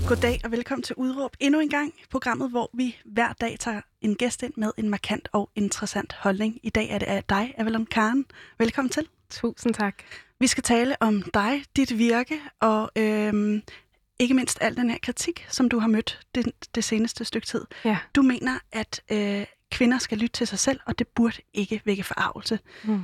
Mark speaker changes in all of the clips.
Speaker 1: Goddag og velkommen til Udråb endnu en gang. Programmet, hvor vi hver dag tager en gæst ind med en markant og interessant holdning. I dag er det af dig, Avalon Karen. Velkommen til.
Speaker 2: Tusind tak.
Speaker 1: Vi skal tale om dig, dit virke og ikke mindst al den her kritik, som du har mødt det seneste stykke tid.
Speaker 2: Ja.
Speaker 1: Du mener, at kvinder skal lytte til sig selv, og det burde ikke vække forargelse.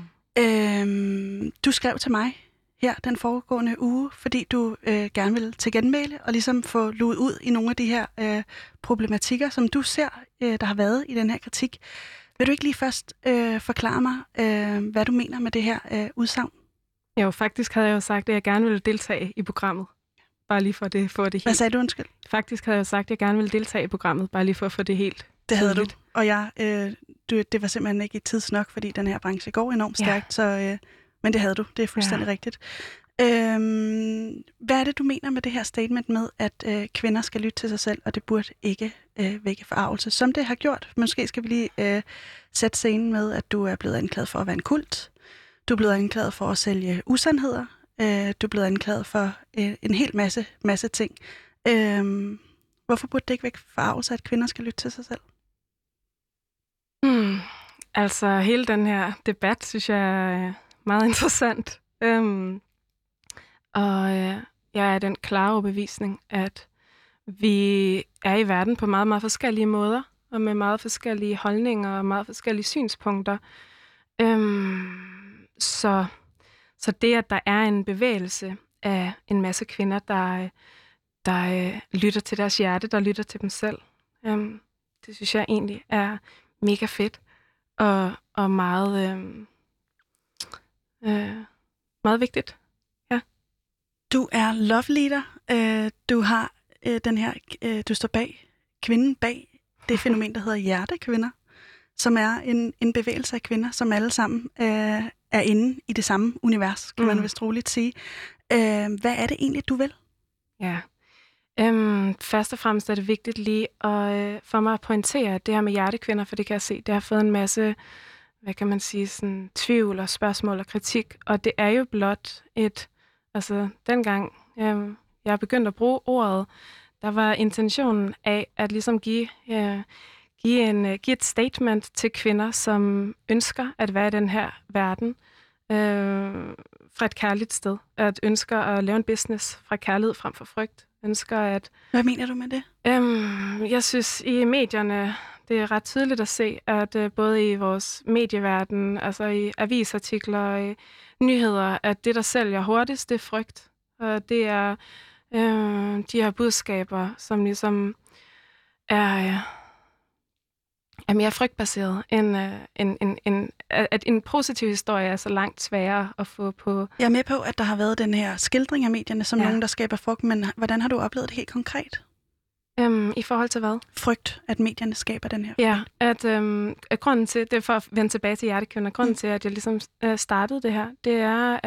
Speaker 1: Du skrev til mig her den foregående uge, fordi du gerne vil til genmæle og ligesom få luet ud i nogle af de her problematikker, som du ser, der har været i den her kritik. Vil du ikke lige først forklare mig, hvad du mener med det her udsagn?
Speaker 2: Jo, faktisk havde jeg jo sagt, at jeg gerne ville deltage i programmet. Bare lige for det helt.
Speaker 1: Hvad sagde du, undskyld?
Speaker 2: Faktisk havde jeg jo sagt, at jeg gerne ville deltage i programmet, bare lige for at få det helt.
Speaker 1: Det havde du. Og det var simpelthen ikke tidsnok, fordi den her branche går enormt stærkt, så... Men det havde du. Det er fuldstændig rigtigt. Hvad er det, du mener med det her statement med, at kvinder skal lytte til sig selv, og det burde ikke vække forargelse, som det har gjort? Måske skal vi lige sætte scenen med, at du er blevet anklaget for at være en kult. Du er blevet anklaget for at sælge usandheder. Du er blevet anklaget for en hel masse ting. Hvorfor burde det ikke vække forargelse, at kvinder skal lytte til sig selv?
Speaker 2: Altså, hele den her debat, synes jeg er meget interessant. Jeg er den klare overbevisning, at vi er i verden på meget, meget forskellige måder, og med meget forskellige holdninger og meget forskellige synspunkter. Så det, at der er en bevægelse af en masse kvinder, der lytter til deres hjerte, der lytter til dem selv, det synes jeg egentlig er mega fedt og meget... meget vigtigt. Ja.
Speaker 1: Du er love leader. Du har den her, du står bag kvinden bag det fænomen, der hedder Hjertekvinder, som er en bevægelse af kvinder, som alle sammen er inde i det samme univers, kan man vist roligt sige. Hvad er det egentlig, du vil?
Speaker 2: Ja. Først og fremmest er det vigtigt lige for mig at pointere det her med hjertekvinder, for det kan jeg se, det har fået en masse hvad kan man sige, sådan tvivl og spørgsmål og kritik. Og det er jo blot dengang jeg begyndte at bruge ordet, der var intentionen af at ligesom give et statement til kvinder, som ønsker at være i den her verden fra et kærligt sted. At ønsker at lave en business fra kærlighed frem for frygt. Ønsker at...
Speaker 1: Hvad mener du med det?
Speaker 2: Jeg synes i medierne, det er ret tydeligt at se, at både i vores medieverden, altså i avisartikler og i nyheder, at det, der sælger hurtigst, det er frygt. Og det er de her budskaber, som ligesom er mere frygtbaseret, end at en positiv historie er så langt sværere at få på.
Speaker 1: Jeg er med på, at der har været den her skildring af medierne som nogen, der skaber frygt, men hvordan har du oplevet det helt konkret?
Speaker 2: I forhold til hvad?
Speaker 1: Frygt, at medierne skaber den her.
Speaker 2: Ja, at grunden til, det er for at vende tilbage til hjertekvinder, grunden til, at jeg ligesom startede det her, det er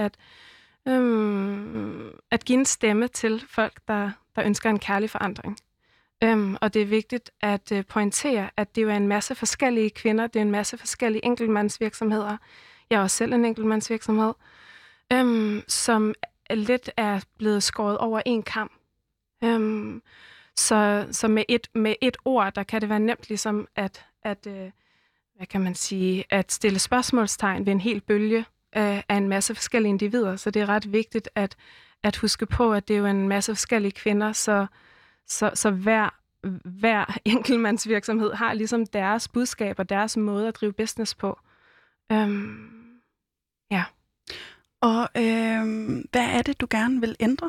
Speaker 2: at give en stemme til folk, der ønsker en kærlig forandring. Og det er vigtigt at pointere, at det jo er en masse forskellige kvinder, det er en masse forskellige enkeltmandsvirksomheder. Jeg er også selv en enkeltmandsvirksomhed, som lidt er blevet skåret over en kam. Så med et ord, der kan det være nemt ligesom at hvad kan man sige, at stille spørgsmålstegn ved en hel bølge af en masse forskellige individer. Så det er ret vigtigt at huske på, at det er jo en masse forskellige kvinder, så hver enkeltmandsvirksomhed har ligesom deres budskab og deres måde at drive business på. Ja.
Speaker 1: Og hvad er det, du gerne vil ændre?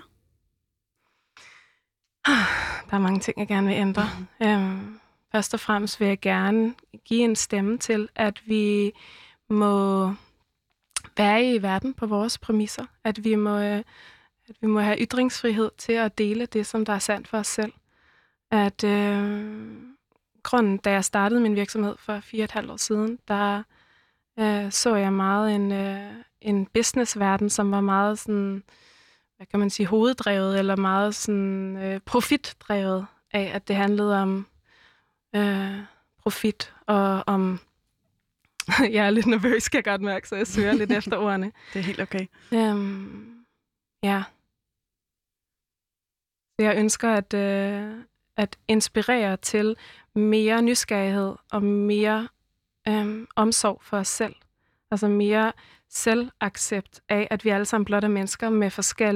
Speaker 2: Der er mange ting, jeg gerne vil ændre. Først og fremmest vil jeg gerne give en stemme til, at vi må være i verden på vores præmisser. At vi må have ytringsfrihed til at dele det, som der er sandt for os selv. At grunden, da jeg startede min virksomhed for 4,5 år siden, der så jeg meget en businessverden, som var meget sådan, hvad kan man sige, hoveddrevet, eller meget sådan profitdrevet af, at det handlede om profit og om... Jeg er lidt nervøs, kan jeg godt mærke, så jeg søger lidt efter ordene.
Speaker 1: Det er helt okay.
Speaker 2: Ja. Så jeg ønsker at inspirere til mere nysgerrighed og mere omsorg for os selv. Altså mere selvaccept af, at vi alle sammen blot er mennesker med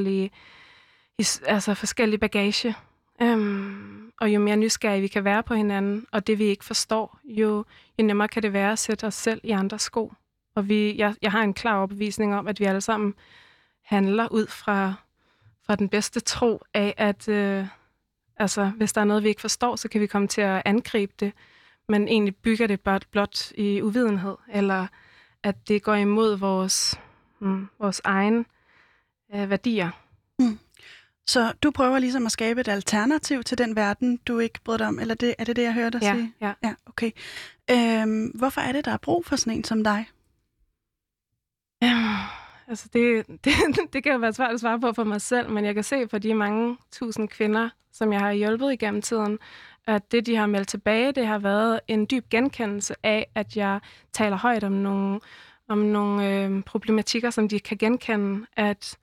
Speaker 2: forskellige bagage. Og jo mere nysgerrige vi kan være på hinanden, og det vi ikke forstår, jo nemmere kan det være at sætte os selv i andres sko. Og jeg har en klar overbevisning om, at vi alle sammen handler ud fra den bedste tro af, at hvis der er noget, vi ikke forstår, så kan vi komme til at angribe det, men egentlig bygger det blot i uvidenhed, eller at det går imod vores egen værdier.
Speaker 1: Mm. Så du prøver ligesom at skabe et alternativ til den verden, du ikke bryder dig om, eller er det, jeg hører dig sige?
Speaker 2: Ja.
Speaker 1: Ja, okay. Hvorfor er det, der er brug for sådan en som dig?
Speaker 2: Altså det kan jo være svært at svare på for mig selv, men jeg kan se på de mange tusind kvinder, som jeg har hjulpet igennem tiden, at det, de har meldt tilbage, det har været en dyb genkendelse af, at jeg taler højt om nogle problematikker, som de kan genkende, at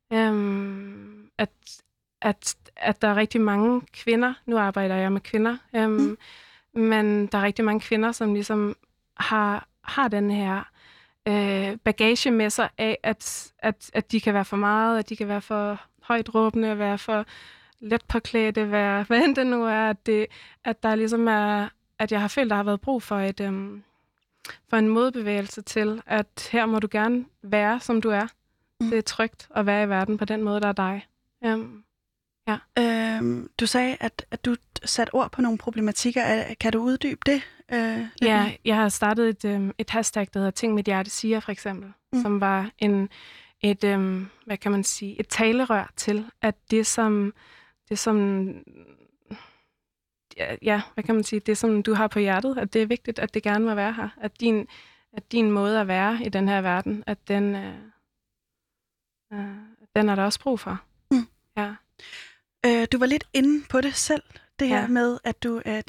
Speaker 2: der er rigtig mange kvinder, nu arbejder jeg med kvinder, men der er rigtig mange kvinder, som ligesom har den her bagage med sig af, at de kan være for meget, at de kan være for højt råbende, være for let påklædte, hvad end det nu er, at der ligesom er, at jeg har følt, der har været brug for for en modbevægelse til, at her må du gerne være, som du er. Det er trygt at være i verden på den måde, der er dig. Ja.
Speaker 1: Du sagde, at du satte ord på nogle problematikker. Kan du uddybe det?
Speaker 2: Ja, jeg har startet et hashtag, der hedder Ting mit hjerte siger, for eksempel, som var hvad kan man sige, et talerør til, at det som hvad kan man sige, det som du har på hjertet, at det er vigtigt, at det gerne må være her, at din måde at være i den her verden, at den er der også brug for. Ja.
Speaker 1: Du var lidt inde på det selv, det her med, at du er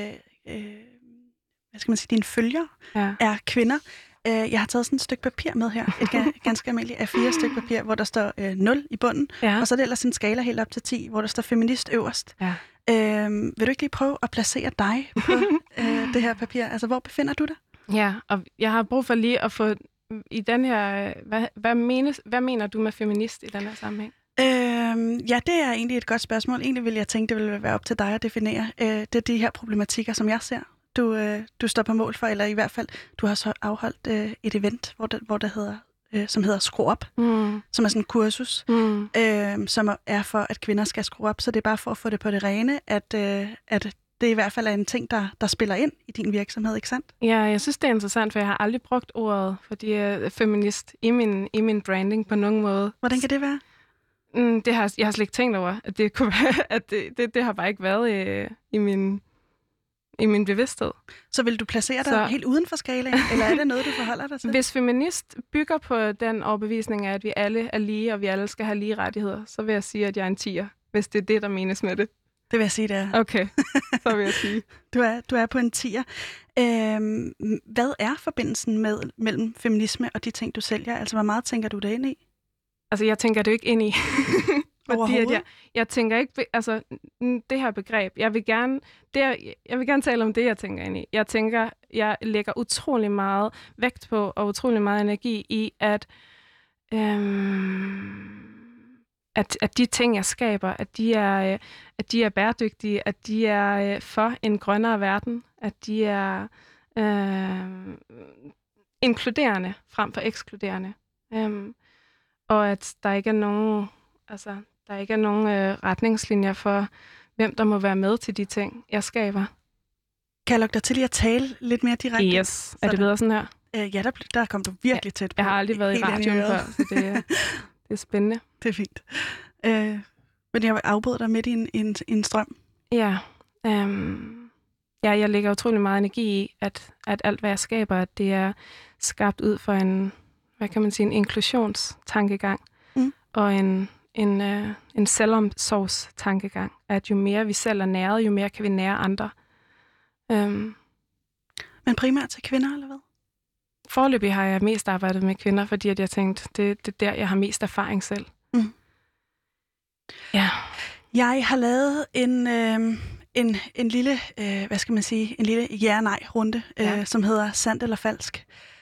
Speaker 1: dine følgere er kvinder. Jeg har taget sådan et stykke papir med her, et ganske almindeligt A4-stykke papir, hvor der står 0 i bunden, og så er det ellers en skala helt op til 10, hvor der står feminist øverst. Ja. Vil du ikke lige prøve at placere dig på det her papir? Altså, hvor befinder du dig?
Speaker 2: Ja, og jeg har brug for lige at få i den her... Hvad mener du med feminist i den her sammenhæng?
Speaker 1: Ja, det er egentlig et godt spørgsmål. Egentlig vil jeg tænke, det ville være op til dig at definere. Det er de her problematikker, som jeg ser. Du står på mål for, eller i hvert fald, du har så afholdt et event, hvor det hedder, som hedder Skru op, som er sådan en kursus, som er for, at kvinder skal skrue op. Så det er bare for at få det på det rene, at det i hvert fald er en ting, der spiller ind i din virksomhed, ikke sandt?
Speaker 2: Ja, jeg synes, det er interessant, for jeg har aldrig brugt ordet, fordi jeg er feminist i min branding på nogen måde.
Speaker 1: Hvordan kan det være?
Speaker 2: Jeg har slet ikke tænkt over, at det kunne være, at det har bare ikke været i min bevidsthed.
Speaker 1: Så vil du placere dig helt uden for skalaen, eller er det noget, du forholder dig til?
Speaker 2: Hvis feminist bygger på den overbevisning af, at vi alle er lige, og vi alle skal have lige rettigheder, så vil jeg sige, at jeg er en 10'er, hvis det er det, der menes med det.
Speaker 1: Det vil jeg sige, det er.
Speaker 2: Okay, så vil jeg sige.
Speaker 1: Du er på en 10'er. Hvad er forbindelsen mellem feminisme og de ting, du sælger? Altså, hvor meget tænker du det ind i?
Speaker 2: Altså, jeg tænker det jo ikke ind i. Fordi at jeg tænker ikke, altså, det her begreb, jeg vil gerne tale om det, jeg tænker ind i. Jeg lægger utrolig meget vægt på, og utrolig meget energi i, at de ting, jeg skaber, at de er bæredygtige, at de er for en grønnere verden, at de er inkluderende frem for ekskluderende. Og at der ikke er nogen retningslinjer for, hvem der må være med til de ting, jeg skaber.
Speaker 1: Kan jeg lukke dig til at tale lidt mere direkte?
Speaker 2: Yes. Er det bedre sådan her?
Speaker 1: Ja, der kom du virkelig tæt på.
Speaker 2: Jeg har aldrig været i radioen før, så det er spændende.
Speaker 1: Det er fint. Men jeg vil afbryde dig midt i en strøm.
Speaker 2: Ja. Jeg lægger utrolig meget energi i, at alt, hvad jeg skaber, at det er skabt ud for en, hvad kan man sige, en inklusionstankegang, og en selvomsorgstankegang, at jo mere vi selv er næret, jo mere kan vi nære andre.
Speaker 1: Men primært til kvinder, eller hvad?
Speaker 2: Foreløbig har jeg mest arbejdet med kvinder, fordi at jeg tænkte, det er der, jeg har mest erfaring selv.
Speaker 1: Ja. Jeg har lavet en lille, hvad skal man sige, en lille ja-nej-runde, som hedder sandt eller falsk.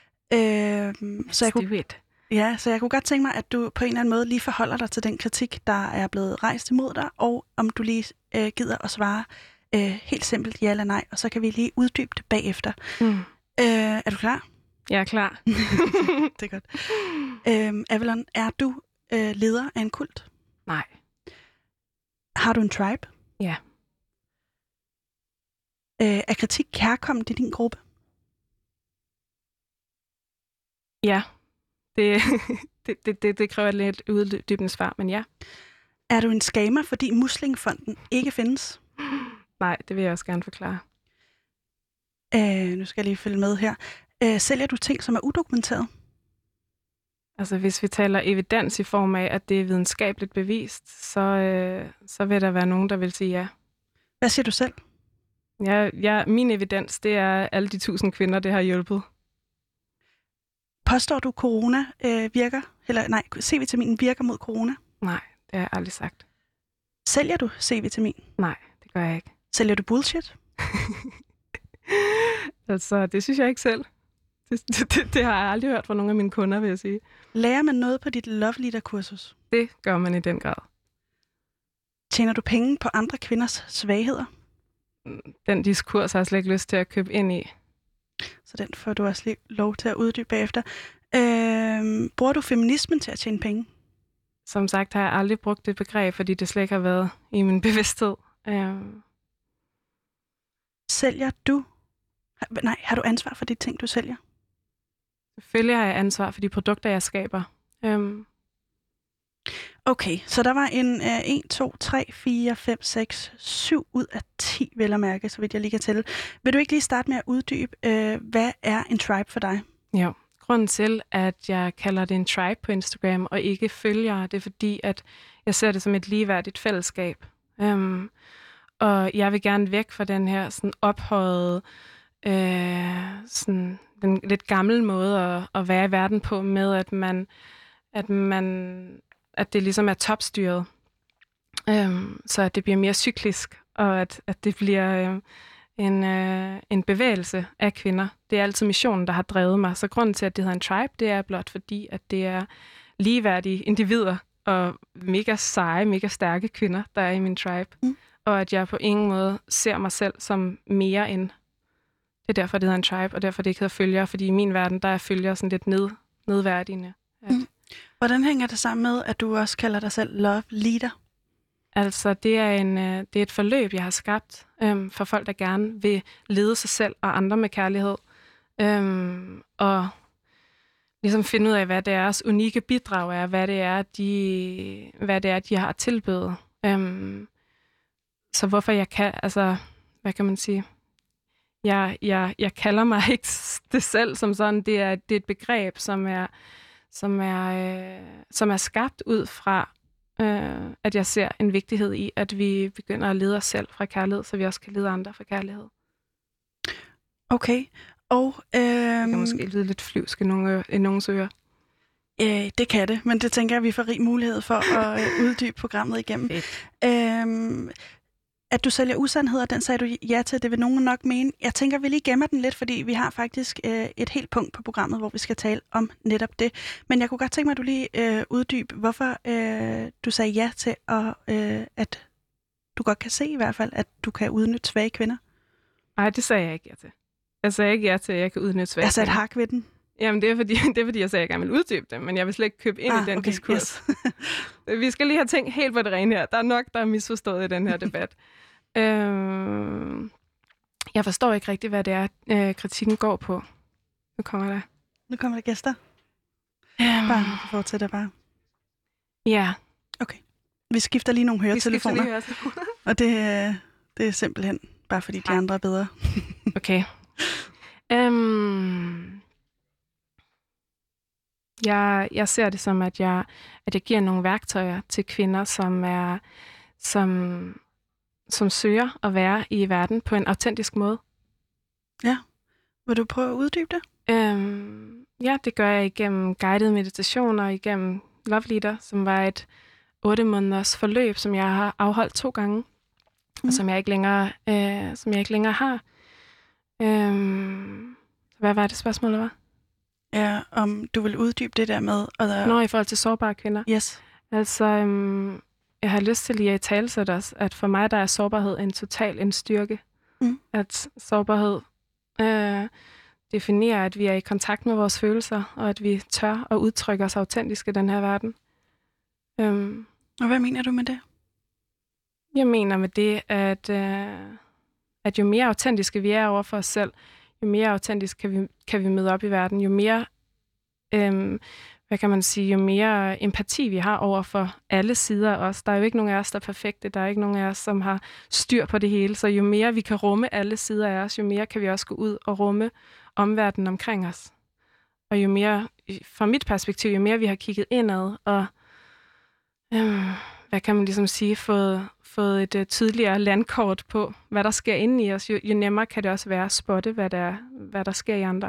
Speaker 1: Så jeg kunne godt tænke mig, at du på en eller anden måde lige forholder dig til den kritik, der er blevet rejst imod dig, og om du lige gider at svare helt simpelt ja eller nej, og så kan vi lige uddybe det bagefter. Er du klar?
Speaker 2: Jeg er klar.
Speaker 1: Det er godt. Avalon, er du leder af en kult?
Speaker 2: Nej.
Speaker 1: Har du en tribe?
Speaker 2: Ja.
Speaker 1: Er kritik kærkommen i din gruppe?
Speaker 2: Ja. Det kræver et lidt uddybende svar, men ja.
Speaker 1: Er du en scammer, fordi Muslingfonden ikke findes?
Speaker 2: Nej, det vil jeg også gerne forklare.
Speaker 1: Nu skal jeg lige følge med her. Sælger du ting, som er udokumenteret?
Speaker 2: Altså, hvis vi taler evidens i form af, at det er videnskabeligt bevist, så vil der være nogen, der vil sige ja.
Speaker 1: Hvad siger du selv?
Speaker 2: Min evidens, det er alle de 1000 kvinder, det har hjulpet.
Speaker 1: Påstår du, corona virker? Eller nej, C-vitamin virker mod corona?
Speaker 2: Nej, det har jeg aldrig sagt.
Speaker 1: Sælger du C-vitamin?
Speaker 2: Nej, det gør jeg ikke.
Speaker 1: Sælger du bullshit?
Speaker 2: Altså, det synes jeg ikke selv. Det har jeg aldrig hørt fra nogle af mine kunder, vil jeg sige.
Speaker 1: Lærer man noget på dit Love Leader-kursus?
Speaker 2: Det gør man i den grad.
Speaker 1: Tjener du penge på andre kvinders svagheder?
Speaker 2: Den diskurs har jeg slet ikke lyst til at købe ind i.
Speaker 1: Så den får du også lige lov til at uddybe bagefter. Bruger du feminismen til at tjene penge?
Speaker 2: Som sagt har jeg aldrig brugt det begreb, fordi det slet ikke har været i min bevidsthed.
Speaker 1: Sælger du? Nej, har du ansvar for de ting, du sælger?
Speaker 2: Selvfølgelig har jeg ansvar for de produkter, jeg skaber.
Speaker 1: Okay, så der var en 1, 2, 3, 4, 5, 6, 7 ud af 10, vel at mærke, så vidt jeg lige kan tælle. Vil du ikke lige starte med at uddybe, hvad er en tribe for dig?
Speaker 2: Jo, grunden til, at jeg kalder det en tribe på Instagram og ikke følgere, det er fordi, at jeg ser det som et ligeværdigt fællesskab. Og jeg vil gerne væk fra den her sådan ophøjede, sådan den lidt gamle måde at være i verden på, med at det ligesom er topstyret. Så at det bliver mere cyklisk, og at det bliver en bevægelse af kvinder. Det er altid missionen, der har drevet mig. Så grunden til, at det hedder en tribe, det er blot fordi, at det er ligeværdige individer og mega seje, mega stærke kvinder, der er i min tribe. Og at jeg på ingen måde ser mig selv som mere end. Det er derfor, det hedder en tribe, og derfor det ikke hedder følger, fordi i min verden, der er følger sådan lidt nedværdigende.
Speaker 1: Hvordan hænger det sammen med, at du også kalder dig selv Love Leader?
Speaker 2: Altså, det er et forløb, jeg har skabt for folk, der gerne vil lede sig selv og andre med kærlighed. Og ligesom finde ud af, hvad deres unikke bidrag er, hvad det er, de har tilbydet. Så hvorfor jeg kan, altså, hvad kan man sige? Jeg kalder mig ikke det selv som sådan. Det er et begreb, som er skabt ud fra, at jeg ser en vigtighed i, at vi begynder at lede os selv fra kærlighed, så vi også kan lede andre fra kærlighed.
Speaker 1: Okay, og
Speaker 2: det kan måske lyde lidt flyvsk i nogens ører.
Speaker 1: Det kan det, men det tænker jeg, vi får rig mulighed for at uddybe programmet igennem. At du sælger usandheder, den sagde du ja til, det vil nogen nok mene. Jeg tænker, vi lige gemmer den lidt, fordi vi har faktisk et helt punkt på programmet, hvor vi skal tale om netop det. Men jeg kunne godt tænke mig, at du lige uddybe, hvorfor du sagde ja til, at du godt kan se i hvert fald, at du kan udnytte svage kvinder.
Speaker 2: Nej, det sagde jeg ikke ja til. Jeg sagde ikke ja til, at jeg kan udnytte svage kvinder.
Speaker 1: Jeg satte hak ved den.
Speaker 2: Jamen, det er fordi, jeg sagde, at jeg gerne vil uddybe det, men jeg vil slet ikke købe ind i den diskurs. Yes. Vi skal lige have ting helt på det rene her. Der er nok, der er misforstået i den her debat. Jeg forstår ikke rigtigt, hvad det er, kritikken går på. Nu kommer der
Speaker 1: gæster. Bare fortsætter bare.
Speaker 2: Ja.
Speaker 1: Okay. Vi skifter lige nogle høretelefoner. Og det er simpelthen bare fordi de andre er bedre.
Speaker 2: Okay. Jeg ser det som, at jeg giver nogle værktøjer til kvinder, som søger at være i verden på en autentisk måde.
Speaker 1: Ja. Vil du prøve at uddybe det?
Speaker 2: Ja, det gør jeg igennem guidede meditationer, igennem Love Leader, som var et 8 måneders forløb, som jeg har afholdt 2 gange, og som jeg ikke længere har. Hvad var det spørgsmålet var?
Speaker 1: Ja, om du vil uddybe det der med...
Speaker 2: Nå, i forhold til sårbare kvinder.
Speaker 1: Yes.
Speaker 2: Altså, jeg har lyst til lige at italesætte os, at for mig der er sårbarhed en styrke. At sårbarhed definerer, at vi er i kontakt med vores følelser, og at vi tør at udtrykke os autentisk i den her verden.
Speaker 1: Og hvad mener du med det?
Speaker 2: Jeg mener med det, at jo mere autentiske vi er over for os selv, jo mere autentisk kan vi møde op i verden, jo mere, hvad kan man sige, jo mere empati vi har over for alle sider af os. Der er jo ikke nogen af os, der er perfekte, der er ikke nogen af os, som har styr på det hele, så jo mere vi kan rumme alle sider af os, jo mere kan vi også gå ud og rumme omverdenen omkring os. Og jo mere, fra mit perspektiv, jo mere vi har kigget indad, og hvad kan man ligesom sige, fået et tydeligere landkort på, hvad der sker inde i os, jo nemmere kan det også være at spotte, hvad der sker i andre.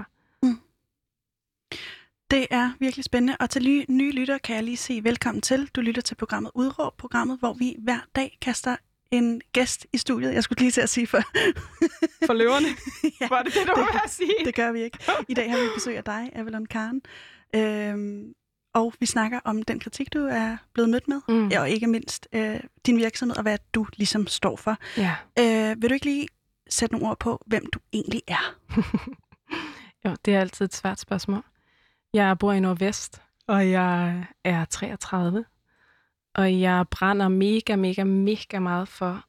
Speaker 1: Det er virkelig spændende, og til nye lyttere kan jeg lige sige velkommen til. Du lytter til programmet Udråb, programmet, hvor vi hver dag kaster en gæst i studiet. Jeg skulle lige til at sige for...
Speaker 2: For løverne?
Speaker 1: Ja,
Speaker 2: var det, du var at sige?
Speaker 1: Det gør vi ikke. I dag har vi besøg af dig, Avalon Karen. Og vi snakker om den kritik, du er blevet mødt med, og ikke mindst din virksomhed og hvad du ligesom står for.
Speaker 2: Ja.
Speaker 1: Vil du ikke lige sætte nogle ord på, hvem du egentlig er?
Speaker 2: Jo, det er altid et svært spørgsmål. Jeg bor i Nordvest, og jeg er 33. Og jeg brænder mega meget for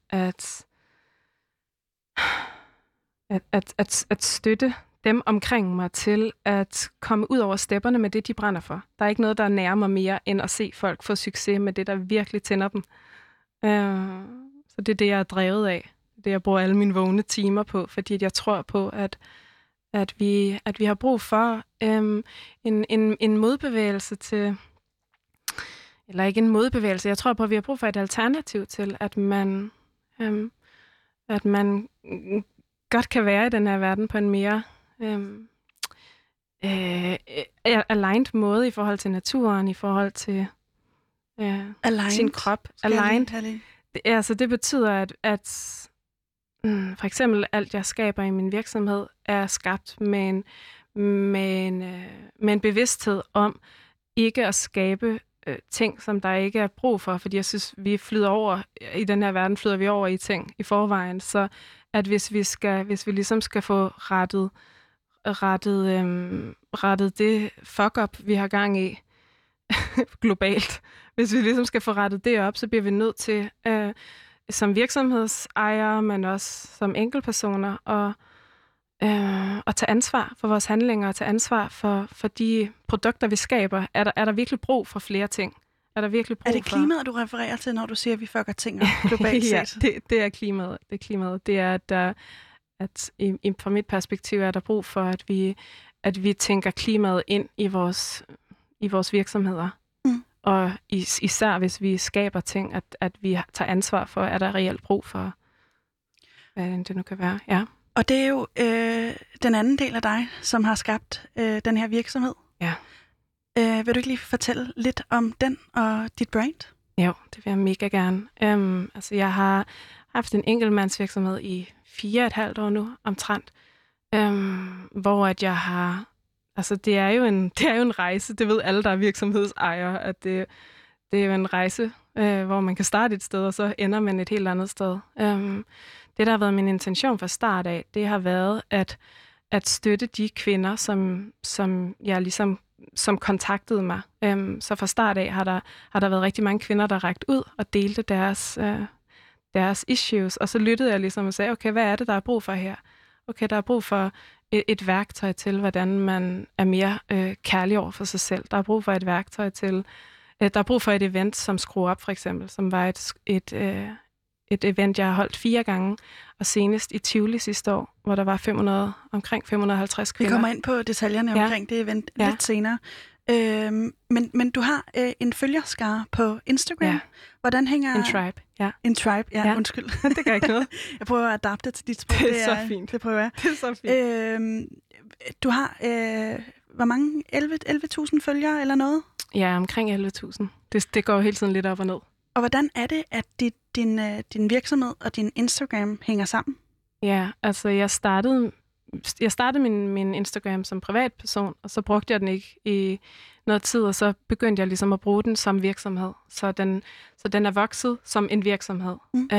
Speaker 2: at støtte dem omkring mig til at komme ud over stepperne med det, de brænder for. Der er ikke noget, der nærmer mere, end at se folk få succes med det, der virkelig tænder dem. Så det er det, jeg er drevet af. Det, jeg bruger alle mine vågne timer på, fordi jeg tror på, at vi har brug for en modbevægelse til... Eller ikke en modbevægelse. Jeg tror på, at vi har brug for et alternativ til, at man godt kan være i den her verden på en mere aligned måde i forhold til naturen, i forhold til sin krop. Aligned. Det betyder, at for eksempel alt, jeg skaber i min virksomhed, er skabt med en bevidsthed om ikke at skabe ting, som der ikke er brug for, fordi jeg synes, vi flyder over, i den her verden flyder vi over i ting i forvejen, så at hvis vi ligesom skal få rettet det fuck-up, vi har gang i globalt, hvis vi ligesom skal få rettet det op, så bliver vi nødt til som virksomhedsejere, men også som enkeltpersoner, at tage ansvar for vores handlinger, og tage ansvar for de produkter, vi skaber. Er der virkelig brug for flere ting? Er der virkelig brug for...
Speaker 1: Er det klimaet, du refererer til, når du siger, at vi fucker ting op globalt set?
Speaker 2: Ja, det er klimaet. Det er klimaet. Det er, at fra mit perspektiv er der brug for, at vi tænker klimaet ind i vores virksomheder. Og især hvis vi skaber ting, at vi tager ansvar for, er der reelt brug for, hvad det nu kan være. Ja.
Speaker 1: Og det er jo den anden del af dig, som har skabt den her virksomhed.
Speaker 2: Ja.
Speaker 1: Vil du ikke lige fortælle lidt om den og dit brand?
Speaker 2: Jo, det vil jeg mega gerne. Jeg har haft en enkeltmandsvirksomhed i 4,5 år nu, omtrent. Hvor at jeg har... Altså, det er jo en rejse. Det ved alle, der er virksomhedsejere, at det er jo en rejse, hvor man kan starte et sted, og så ender man et helt andet sted. Det, der har været min intention fra start af, det har været at støtte de kvinder, som jeg ligesom som kontaktede mig. Så fra start af har der været rigtig mange kvinder, der rakt ud og delte deres issues, og så lyttede jeg ligesom og sagde, okay, hvad er det, der er brug for her? Okay, der er brug for et værktøj til, hvordan man er mere kærlig over for sig selv. Der er brug for et værktøj til... Der er brug for et event, som Skru Op, for eksempel, som var et event, jeg har holdt 4 gange, og senest i Tivoli sidste år, hvor der var omkring 550 kvinder.
Speaker 1: Vi kommer ind på detaljerne omkring det event lidt senere. Men du har en følgerskare på Instagram.
Speaker 2: Ja.
Speaker 1: Hvordan hænger...
Speaker 2: En tribe, ja.
Speaker 1: En tribe, ja. Undskyld.
Speaker 2: Det gør ikke noget.
Speaker 1: Jeg prøver at adapte til dit sprog.
Speaker 2: Det er så fint.
Speaker 1: Det prøver jeg.
Speaker 2: Det er så fint.
Speaker 1: Du har, hvor mange? 11.000 følgere eller noget?
Speaker 2: Ja, omkring 11.000. Det går hele tiden lidt op og ned.
Speaker 1: Og hvordan er det, at din virksomhed og din Instagram hænger sammen?
Speaker 2: Ja, altså jeg startede min Instagram som privatperson, og så brugte jeg den ikke i noget tid, og så begyndte jeg ligesom at bruge den som virksomhed. Så den er vokset som en virksomhed.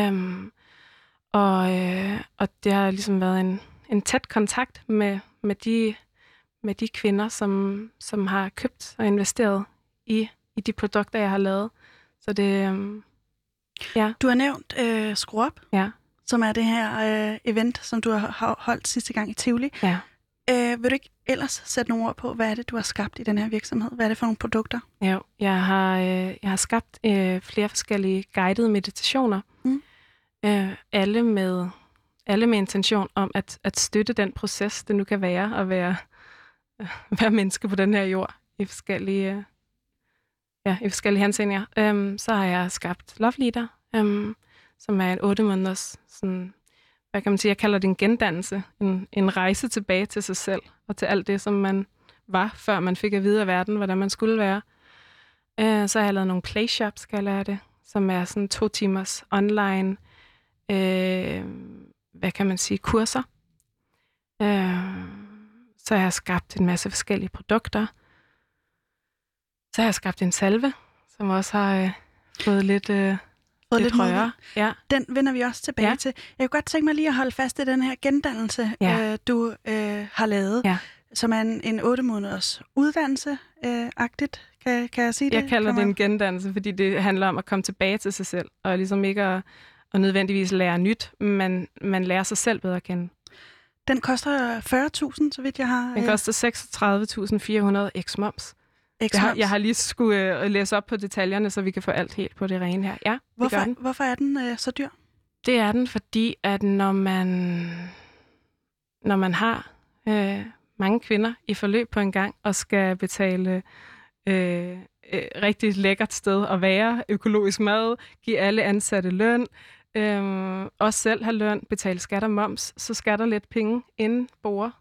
Speaker 2: Og det har ligesom været en tæt kontakt med de kvinder, som har købt og investeret i de produkter, jeg har lavet. Så det, ja.
Speaker 1: Du har nævnt Skru Op,
Speaker 2: ja.
Speaker 1: Som er det her event, som du har holdt sidste gang i Tivoli.
Speaker 2: Ja.
Speaker 1: Vil du ikke ellers sætte nogle ord på, hvad er det, du har skabt i den her virksomhed? Hvad er det for nogle produkter?
Speaker 2: Jo, jeg har skabt flere forskellige guidede meditationer. Alle med intention om at støtte den proces, det nu kan være at være menneske på den her jord i forskellige henseender. Så har jeg skabt Love Leader, som er en 8 måneders, sådan, hvad kan man sige, jeg kalder det en gendannelse, en rejse tilbage til sig selv, og til alt det, som man var, før man fik at vide af verden, hvordan man skulle være. Så har jeg lavet nogle playshops, kalder jeg det, som er sådan 2 timers online, hvad kan man sige, kurser. Så har jeg skabt en masse forskellige produkter. Så har jeg skabt en salve, som også har fået lidt røre. Ja. Den
Speaker 1: vender vi også tilbage til. Jeg kunne godt tænke mig lige at holde fast i den her gendannelse, du har lavet, som er en 8 måneders uddannelse-agtigt. Kan jeg sige det?
Speaker 2: Jeg kalder det en gendannelse, fordi det handler om at komme tilbage til sig selv, og ligesom ikke at nødvendigvis lære nyt, men man lærer sig selv bedre at kende.
Speaker 1: Den koster 40.000, så vidt jeg har...
Speaker 2: Den koster 36.400 x-moms. Jeg har lige skulle læse op på detaljerne, så vi kan få alt helt på det rene her. Ja,
Speaker 1: Hvorfor er den så dyr?
Speaker 2: Det er den, fordi at når man har mange kvinder i forløb på en gang, og skal betale rigtig lækkert sted at være, økologisk mad, give alle ansatte løn, også selv have løn, betale skat og moms, så skal der lidt penge inden bord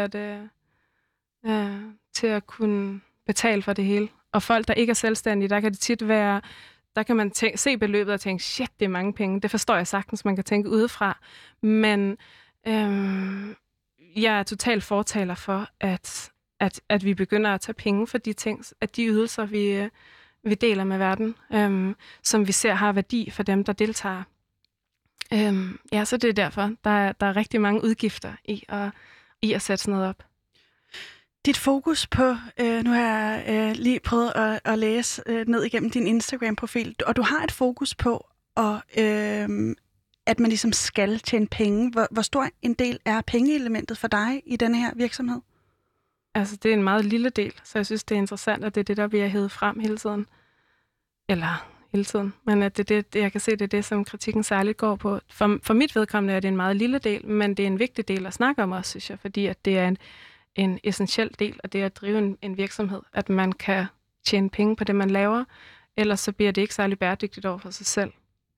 Speaker 2: til at kunne betale for det hele. Og folk, der ikke er selvstændige, der kan det tit være, der kan man se beløbet og tænke, shit, det er mange penge. Det forstår jeg sagtens, man kan tænke udefra. Men jeg er totalt fortaler for, at vi begynder at tage penge for de ting, at de ydelser, vi deler med verden, som vi ser har værdi for dem, der deltager. Så det er derfor, der er rigtig mange udgifter i at sætte sådan noget op.
Speaker 1: Dit fokus på, nu har jeg lige prøvet at læse ned igennem din Instagram-profil, og du har et fokus på, at man ligesom skal tjene penge. Hvor stor en del er pengeelementet for dig i denne her virksomhed?
Speaker 2: Altså, det er en meget lille del, så jeg synes, det er interessant, at det er det, der bliver hævet frem hele tiden. Eller hele tiden. Men at det jeg kan se, det er det, som kritikken særligt går på. For mit vedkommende er det en meget lille del, men det er en vigtig del at snakke om også, synes jeg, fordi at det er en essentiel del af det at drive en virksomhed, at man kan tjene penge på det, man laver, ellers så bliver det ikke særlig bæredygtigt over for sig selv.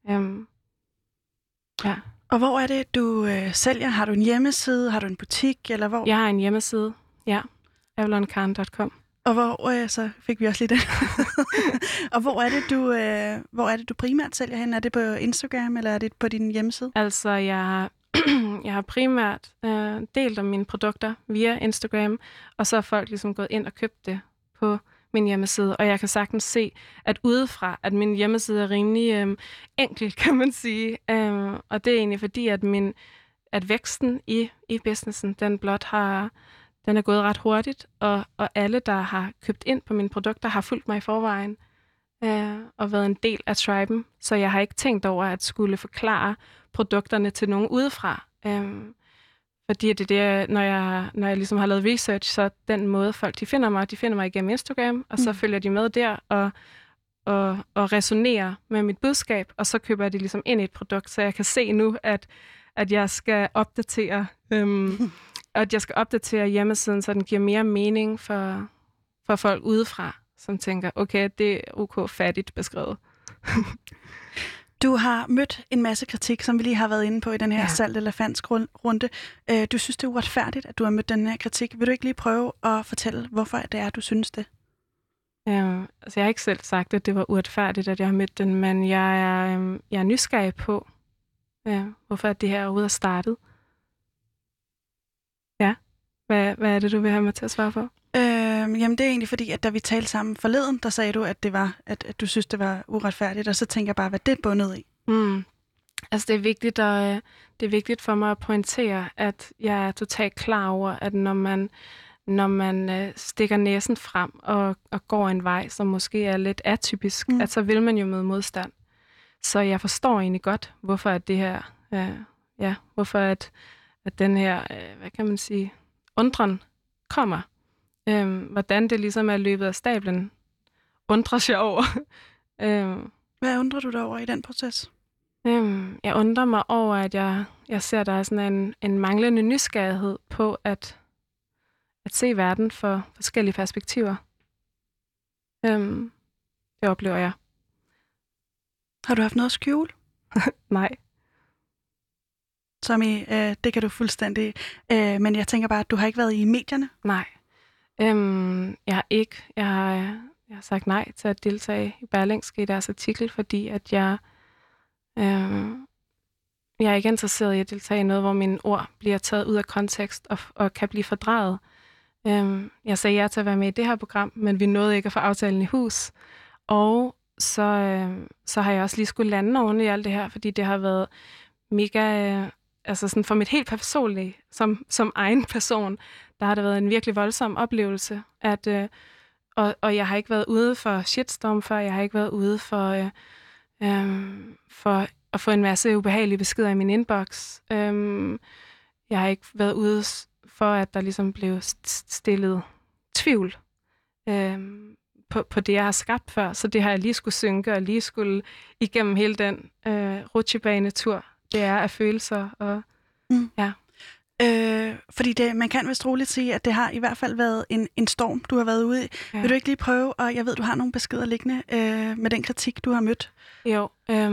Speaker 2: Ja.
Speaker 1: Og hvor er det, du sælger? Har du en hjemmeside? Har du en butik? Eller hvor?
Speaker 2: Jeg har en hjemmeside, ja. avalonkaren.com.
Speaker 1: Og hvor, så fik vi også lige det. Og hvor er det, du primært sælger hen? Er det på Instagram, eller er det på din hjemmeside?
Speaker 2: Altså, jeg har primært delt om mine produkter via Instagram, og så har folk ligesom gået ind og købt det på min hjemmeside. Og jeg kan sagtens se, at udefra, at min hjemmeside er rimelig enkel, kan man sige. Og det er egentlig fordi, at væksten i businessen, den er gået ret hurtigt, og alle, der har købt ind på mine produkter, har fulgt mig i forvejen og været en del af triben. Så jeg har ikke tænkt over at skulle forklare produkterne til nogen udefra. Fordi det er det, når jeg ligesom har lavet research, så den måde folk de finder mig igennem Instagram, og så følger de med der og resonerer med mit budskab, og så køber de ligesom ind i et produkt, så jeg kan se nu, at jeg skal opdatere hjemmesiden, så den giver mere mening for folk udefra, som tænker, okay, det er ok fattigt beskrevet.
Speaker 1: Du har mødt en masse kritik, som vi lige har været inde på i den her salt eller falsk runde. Du synes, det er uretfærdigt, at du har mødt den her kritik. Vil du ikke lige prøve at fortælle, hvorfor det er, du synes det?
Speaker 2: Altså, jeg har ikke selv sagt, at det var uretfærdigt, at jeg har mødt den, men jeg er nysgerrig på, hvorfor det her overhovedet er startet. Ja. Hvad er det, du vil have mig til at svare på?
Speaker 1: Jamen, det er egentlig fordi, at da vi talte sammen forleden, der sagde du, at det var, at du synes, det var uretfærdigt, og så tænker jeg bare, hvad det er bundet i.
Speaker 2: Altså, det er vigtigt for mig at pointere, at jeg er totalt klar over, at når man stikker næsen frem og går en vej, som måske er lidt atypisk, at så vil man jo møde modstand. Så jeg forstår egentlig godt, hvorfor at det her, hvorfor at den her, hvad kan man sige, undren kommer. Hvordan det ligesom er løbet af stablen, undrer sig over.
Speaker 1: Hvad undrer du dig over i den proces?
Speaker 2: Jeg undrer mig over, at jeg ser, der er sådan en manglende nysgerrighed på at se verden for forskellige perspektiver. Det oplever jeg.
Speaker 1: Har du haft noget at skjule?
Speaker 2: Nej.
Speaker 1: Som i, det kan du fuldstændig. Men jeg tænker bare, at du har ikke været i medierne?
Speaker 2: Nej. Jeg har ikke. Jeg har sagt nej til at deltage i Berlingske i deres artikel, fordi at jeg er ikke interesseret i at deltage i noget, hvor mine ord bliver taget ud af kontekst og kan blive fordrejet. Jeg sagde ja til at være med i det her program, men vi nåede ikke at få aftalen i hus. Og så har jeg også lige skulle lande oven i alt det her, fordi det har været mega, altså sådan for mit helt personlige, som egen person, der har det været en virkelig voldsom oplevelse, og jeg har ikke været ude for shitstorm før, jeg har ikke været ude for at få en masse ubehagelige beskeder i min inbox. Jeg har ikke været ude for, at der ligesom blev stillet tvivl på det, jeg har skabt før. Så det har jeg lige skulle synke, og lige skulle igennem hele den rutsjebanetur. Det er af følelser. Og, ja.
Speaker 1: Fordi man kan vist roligt sige, at det har i hvert fald været en storm, du har været ude i. Ja. Vil du ikke lige prøve, og jeg ved, du har nogle beskeder liggende med den kritik, du har mødt?
Speaker 2: Jo,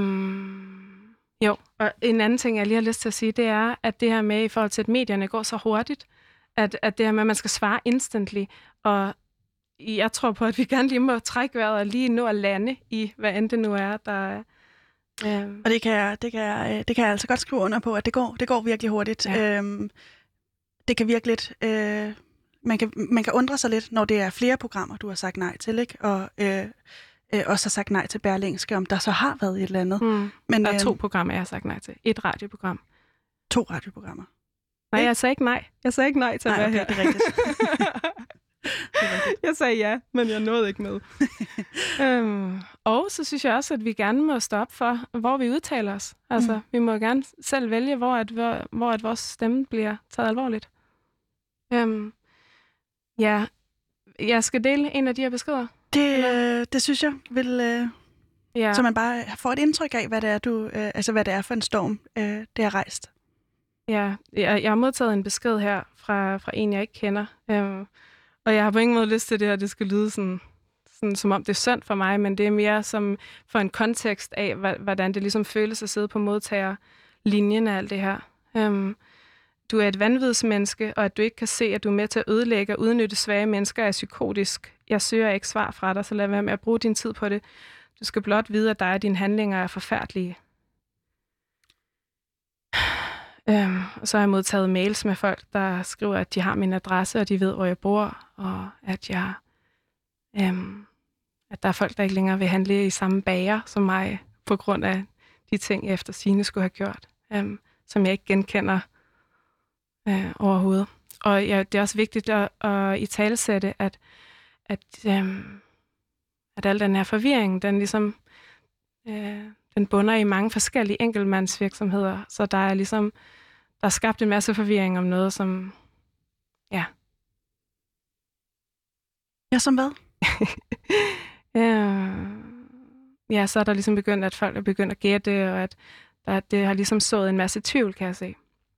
Speaker 2: og en anden ting, jeg lige har lyst til at sige, det er, at det her med, i forhold til, at medierne går så hurtigt, at det her med, at man skal svare instantly, og jeg tror på, at vi gerne lige må trække vejret og lige nå at lande i, hvad end det nu er, der
Speaker 1: Og det kan jeg altså godt skrive under på, at det går virkelig hurtigt. Ja. Det kan virkelig man kan undre sig lidt, når det er flere programmer, du har sagt nej til, ikke? Og også har sagt nej til Berlingske, om der så har været et eller andet.
Speaker 2: Men der er 2 programmer, jeg har sagt nej til. 1 radioprogram.
Speaker 1: 2 radioprogrammer.
Speaker 2: Nej, jeg sagde ikke nej. Jeg sagde ikke nej til at være her.
Speaker 1: Det er rigtigt.
Speaker 2: Jeg sagde ja, men jeg nåede ikke med. Og så synes jeg også, at vi gerne må stå op for, hvor vi udtaler os. Altså, vi må gerne selv vælge, hvor at vores stemme bliver taget alvorligt. Ja, jeg skal dele en af de her beskeder.
Speaker 1: Det synes jeg vil... Så man bare får et indtryk af, hvad det er, hvad det er for en storm, det har rejst.
Speaker 2: Ja, jeg har modtaget en besked her fra en, jeg ikke kender. Og jeg har på ingen måde lyst til det her, det skal lyde sådan, som om det er synd for mig, men det er mere som for en kontekst af, hvordan det ligesom føles at sidde på modtagerlinjen af alt det her. Du er et vanvidsmenneske, og at du ikke kan se, at du er med til at ødelægge og udnytte svage mennesker er psykotisk. Jeg søger ikke svar fra dig, så lad være med at bruge din tid på det. Du skal blot vide, at dig og dine handlinger er forfærdelige. Og så har jeg modtaget mails med folk, der skriver, at de har min adresse, og de ved, hvor jeg bor, og at at der er folk, der ikke længere vil handle i samme bager som mig, på grund af de ting, jeg efter sigende skulle have gjort, som jeg ikke genkender overhovedet. Og det er også vigtigt at italesætte, at al den her forvirring, den ligesom den bunder i mange forskellige enkeltmandsvirksomheder, så der er ligesom der er skabt en masse forvirring om noget, som ja, som hvad? Ja, så er der ligesom begyndt, at folk er begyndt at gætte, og at det har ligesom sået en masse tvivl, kan jeg se.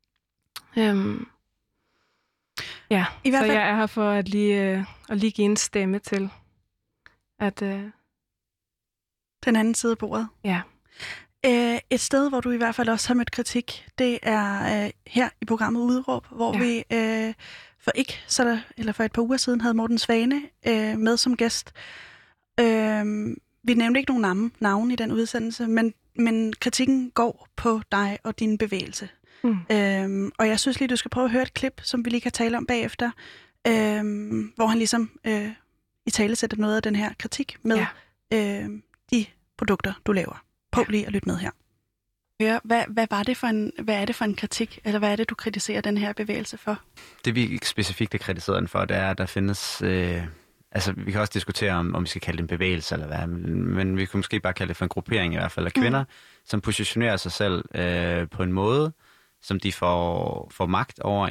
Speaker 2: Ja, i hvert fald... så jeg er her for at lige give en stemme til, at...
Speaker 1: Den anden side af bordet.
Speaker 2: Ja.
Speaker 1: Et sted, hvor du i hvert fald også har mødt kritik, det er her i programmet Udråb, hvor vi for et par uger siden havde Morten Svane med som gæst. Vi nævnte ikke nogen navne i den udsendelse, men kritikken går på dig og din bevægelse. Og jeg synes lige, du skal prøve at høre et klip, som vi lige kan tale om bagefter, hvor han ligesom italesætter noget af den her kritik med de produkter, du laver. Prøv lige at lytte med her. Høre, hvad er det for en kritik, eller hvad er det, du kritiserer den her bevægelse for?
Speaker 3: Det vi specifikt har kritiseret den for, det er, at der findes... vi kan også diskutere, om vi skal kalde det en bevægelse eller hvad, men vi kan måske bare kalde det for en gruppering i hvert fald af kvinder, som positionerer sig selv på en måde, som de får magt over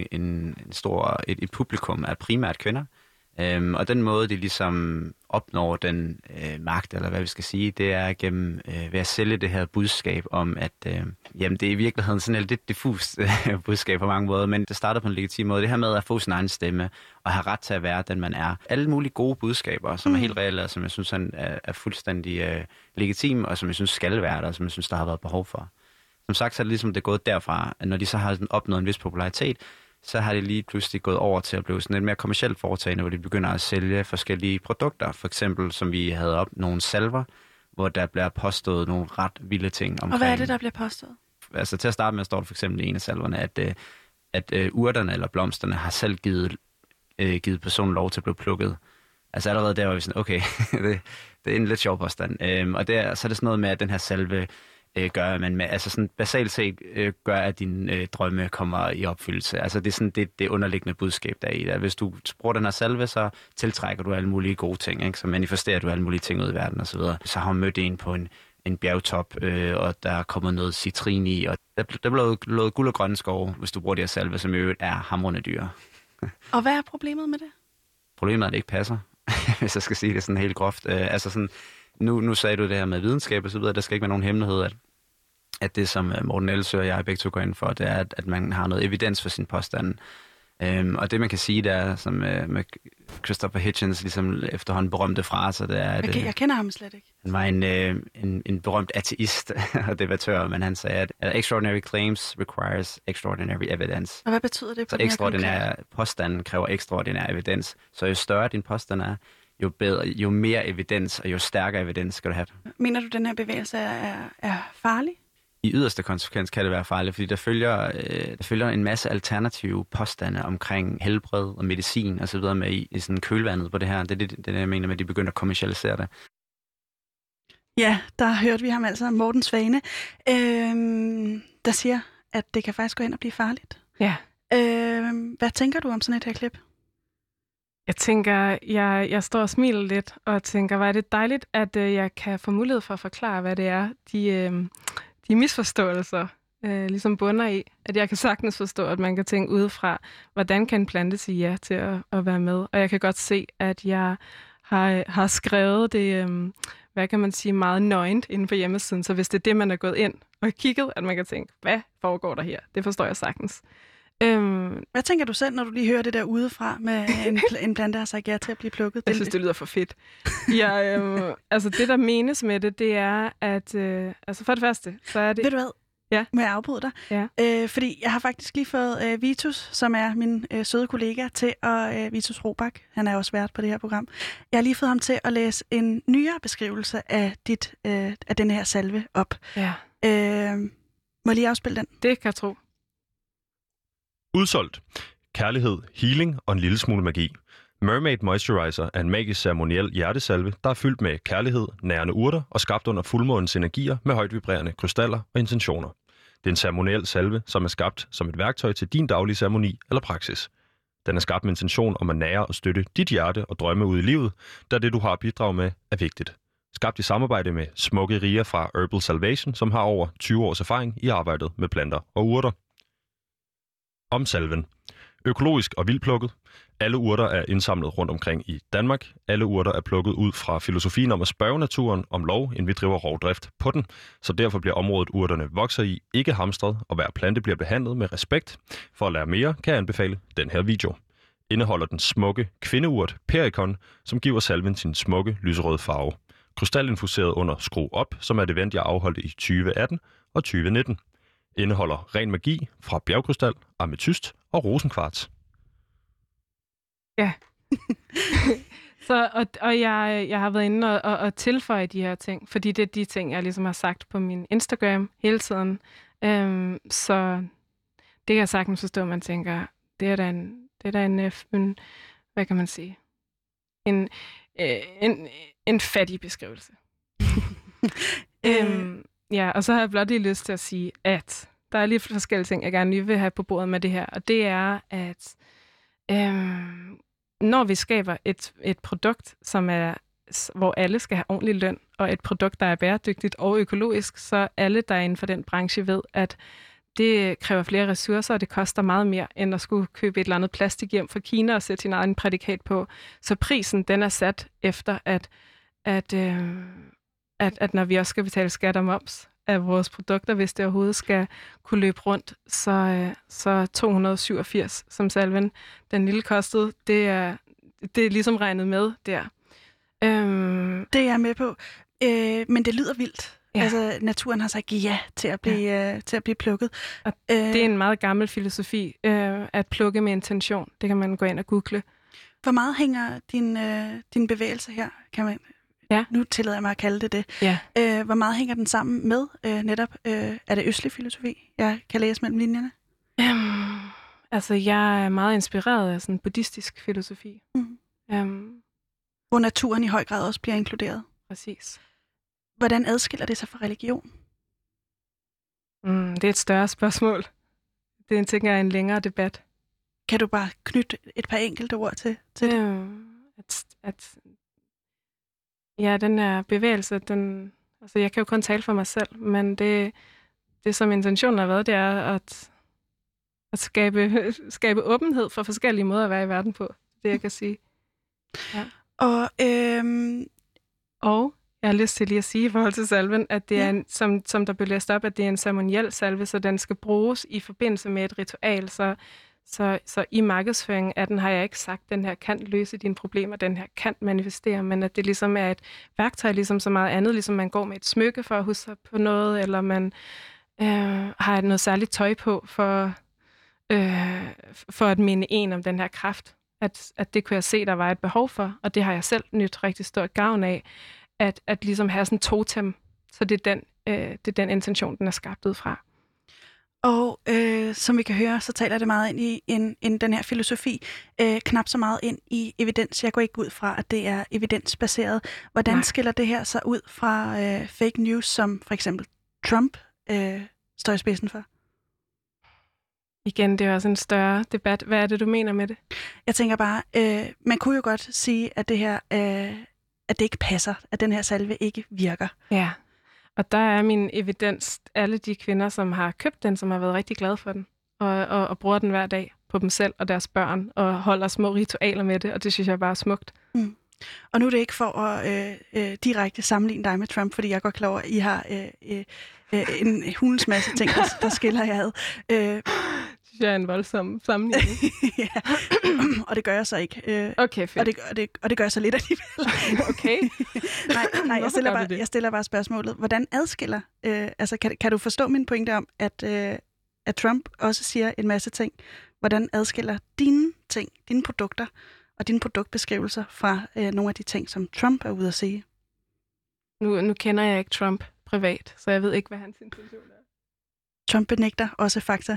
Speaker 3: et publikum af primært kvinder. Og den måde, de ligesom opnår den magt, eller hvad vi skal sige, det er gennem ved at sælge det her budskab om, at det er i virkeligheden sådan et lidt diffust budskab på mange måder, men det starter på en legitim måde. Det her med at få sin egen stemme og have ret til at være den, man er. Alle mulige gode budskaber, som er helt reelle, og som jeg synes er fuldstændig legitime, og som jeg synes skal være der, og som jeg synes, der har været behov for. Som sagt, så er det ligesom det gået derfra, at når de så har opnået en vis popularitet, så har de lige pludselig gået over til at blive sådan et mere kommercielt foretagende, hvor de begynder at sælge forskellige produkter. For eksempel, som vi havde op, nogle salver, hvor der bliver påstået nogle ret vilde ting omkring.
Speaker 1: Og hvad er det, der bliver påstået?
Speaker 3: Altså til at starte med, står der for eksempel i en af salverne, at urterne eller blomsterne har selv givet personen lov til at blive plukket. Altså allerede der var vi sådan, okay, det er en lidt sjov påstand. Så er det sådan noget med, at den her salve gør, at man altså sådan basalt set gør, at dine drømme kommer i opfyldelse. Altså det er sådan det underliggende budskab, der er i det. Hvis du bruger den her salve, så tiltrækker du alle mulige gode ting, ikke? Så manifesterer du alle mulige ting ud i verden og så videre. Så har hun mødt en på en bjergtop, og der er kommet noget citrin i, og der bliver lovet guld og grønne skove, hvis du bruger de her salve, som i øvrigt er hamrende dyre.
Speaker 1: Og hvad er problemet med det?
Speaker 3: Problemet er, at det ikke passer, hvis jeg skal sige det sådan helt groft. Altså sådan, nu sagde du det her med videnskab og så videre, der skal ikke være nogen hemmelighed, at det, som Morten Elsø og jeg begge to går ind for, det er, at man har noget evidens for sin påstand. Og det, man kan sige, det er, som med Christopher Hitchens ligesom efterhånden berømte fraser, det er, at
Speaker 1: jeg kender ham slet ikke.
Speaker 3: Han var en berømt ateist og debattør, men han sagde, at extraordinary claims requires extraordinary evidence.
Speaker 1: Og hvad betyder det på
Speaker 3: så ekstraordinær påstanden kræver ekstraordinær evidens. Så jo større din påstand er, jo mere evidens og jo stærkere evidens skal du have.
Speaker 1: Mener du, den her bevægelse er farlig?
Speaker 3: I yderste konsekvens kan det være farligt, fordi der følger en masse alternative påstande omkring helbred og medicin og så videre med i sådan kølvandet på det her. Det er det, jeg mener med, at de begynder at kommercialisere det.
Speaker 1: Ja, der hørte vi ham altså, Morten Svane, der siger, at det kan faktisk gå hen og blive farligt.
Speaker 2: Ja.
Speaker 1: Hvad tænker du om sådan et her klip?
Speaker 2: Jeg tænker, jeg står og smiler lidt, og tænker, hvor er det dejligt, at jeg kan få mulighed for at forklare, hvad det er, de misforståelser ligesom bunder i. At jeg kan sagtens forstå, at man kan tænke udefra, hvordan kan en plante sige ja til at være med. Og jeg kan godt se, at jeg har skrevet det, hvad kan man sige, meget nøgent inden på hjemmesiden. Så hvis det er det, man er gået ind og kigget, at man kan tænke, hvad foregår der her? Det forstår jeg sagtens.
Speaker 1: Hvad tænker du selv, når du lige hører det der udefra med en plante, der har sagt ja til at blive plukket?
Speaker 2: Jeg synes, det lyder for fedt. Altså det, der menes med det er, at altså for det første, så er det...
Speaker 1: Ved du hvad?
Speaker 2: Ja.
Speaker 1: Må jeg afbryde dig?
Speaker 2: Ja.
Speaker 1: Fordi jeg har faktisk lige fået Vitus, som er min søde kollega, til at... Vitus Robak, han er også vært på det her program. Jeg har lige fået ham til at læse en nyere beskrivelse af af den her salve op.
Speaker 2: Ja.
Speaker 1: Må jeg lige afspille den?
Speaker 2: Det kan jeg tro.
Speaker 4: Udsolgt. Kærlighed, healing og en lille smule magi. Mermaid Moisturizer er en magisk ceremoniel hjertesalve, der er fyldt med kærlighed, nærende urter og skabt under fuldmånens energier med højt vibrerende krystaller og intentioner. Det er en ceremoniel salve, som er skabt som et værktøj til din daglige ceremoni eller praksis. Den er skabt med intention om at nære og støtte dit hjerte og drømme ud i livet, da det, du har at bidrage med, er vigtigt. Skabt i samarbejde med smukke riger fra Herbal Salvation, som har over 20 års erfaring i arbejdet med planter og urter. Om salven. Økologisk og vildplukket. Alle urter er indsamlet rundt omkring i Danmark. Alle urter er plukket ud fra filosofien om at spørge naturen om lov, inden vi driver rovdrift på den. Så derfor bliver området, urterne vokser i, ikke hamstret, og hver plante bliver behandlet med respekt. For at lære mere, kan jeg anbefale den her video. Indeholder den smukke kvindeurt Perikon, som giver salven sin smukke lyserøde farve. Krystalinfuseret under Skru Op, som er et event, jeg afholdte i 2018 og 2019. Indeholder ren magi fra bjergkrystal, ametyst og rosenkvarts.
Speaker 2: Ja. Og jeg har været inde og tilføje de her ting, fordi det er de ting, jeg ligesom har sagt på min Instagram hele tiden. Så det kan jeg sagtens forstå, man tænker, det er da en hvad kan man sige, en fattig beskrivelse. Ja, og så har jeg blot lige lyst til at sige, at der er lige forskellige ting, jeg gerne lige vil have på bordet med det her, og det er, at når vi skaber et produkt, som er, hvor alle skal have ordentlig løn, og et produkt, der er bæredygtigt og økologisk, så alle, der er inden for den branche, ved, at det kræver flere ressourcer, og det koster meget mere, end at skulle købe et eller andet plastik hjem fra Kina og sætte sin egen prædikat på. Så prisen, den er sat efter, at når vi også skal betale skat og moms af vores produkter, hvis det overhovedet skal kunne løbe rundt, så 287, som salven den lille kostede, det er ligesom regnet med der.
Speaker 1: Det er jeg med på, men det lyder vildt.
Speaker 2: Ja.
Speaker 1: Altså, naturen har sagt ja til at blive plukket.
Speaker 2: Og det er en meget gammel filosofi, at plukke med intention. Det kan man gå ind og google.
Speaker 1: Hvor meget hænger din bevægelse her, kan man...
Speaker 2: Ja.
Speaker 1: Nu tillader jeg mig at kalde det.
Speaker 2: Ja.
Speaker 1: Hvor meget hænger den sammen med netop, er det østlig filosofi, jeg kan læse mellem linjerne?
Speaker 2: Altså, jeg er meget inspireret af sådan buddhistisk filosofi.
Speaker 1: Hvor naturen i høj grad også bliver inkluderet.
Speaker 2: Præcis.
Speaker 1: Hvordan adskiller det sig fra religion?
Speaker 2: Det er et større spørgsmål. Det tænker jeg er en længere debat.
Speaker 1: Kan du bare knytte et par enkelte ord til det?
Speaker 2: Ja, den her bevægelse, altså jeg kan jo kun tale for mig selv, men det som intentionen har været, det er at skabe åbenhed for forskellige måder at være i verden på. Det jeg kan sige. Ja. Og jeg har lyst til lige at sige i forhold til salven, at det er som der blev læst op, at det er en ceremoniel salve, så den skal bruges i forbindelse med et ritual. Så i markedsføringen af den har jeg ikke sagt, at den her kan løse dine problemer, den her kan manifestere, men at det ligesom er et værktøj, ligesom så meget andet, ligesom man går med et smykke for at huske på noget, eller man har noget særligt tøj på for at minde en om den her kraft. At det kunne jeg se, der var et behov for, og det har jeg selv nyt rigtig stort gavn af, at ligesom have sådan en totem, så det er den intention, den er skabt ud fra.
Speaker 1: Og som vi kan høre, så taler det meget ind i den her filosofi, knap så meget ind i evidens. Jeg går ikke ud fra, at det er evidensbaseret. Hvordan skiller det her sig ud fra fake news, som for eksempel Trump står i spidsen for?
Speaker 2: Igen, det er også en større debat. Hvad er det, du mener med det? Jeg
Speaker 1: tænker bare, man kunne jo godt sige, at det her, at det ikke passer, at den her salve ikke virker.
Speaker 2: Ja. Og der er min evidens, alle de kvinder, som har købt den, som har været rigtig glade for den, og bruger den hver dag på dem selv og deres børn, og holder små ritualer med det, og det synes jeg bare er smukt.
Speaker 1: Og nu er det ikke for at direkte sammenligne dig med Trump, fordi jeg går klar over, at I har en hulens masse ting, der skiller jer ad.
Speaker 2: Det er en voldsom sammenligning.
Speaker 1: Ja, og det gør jeg så ikke.
Speaker 2: Okay, fedt.
Speaker 1: Og det gør jeg så lidt alligevel.
Speaker 2: Okay.
Speaker 1: Nej, jeg stiller bare spørgsmålet. Hvordan adskiller? Altså, kan du forstå min pointe om, at Trump også siger en masse ting? Hvordan adskiller dine ting, dine produkter og dine produktbeskrivelser fra nogle af de ting, som Trump er ude at sige?
Speaker 2: Nu kender jeg ikke Trump privat, så jeg ved ikke, hvad hans intention er.
Speaker 1: Trump benægter også fakta.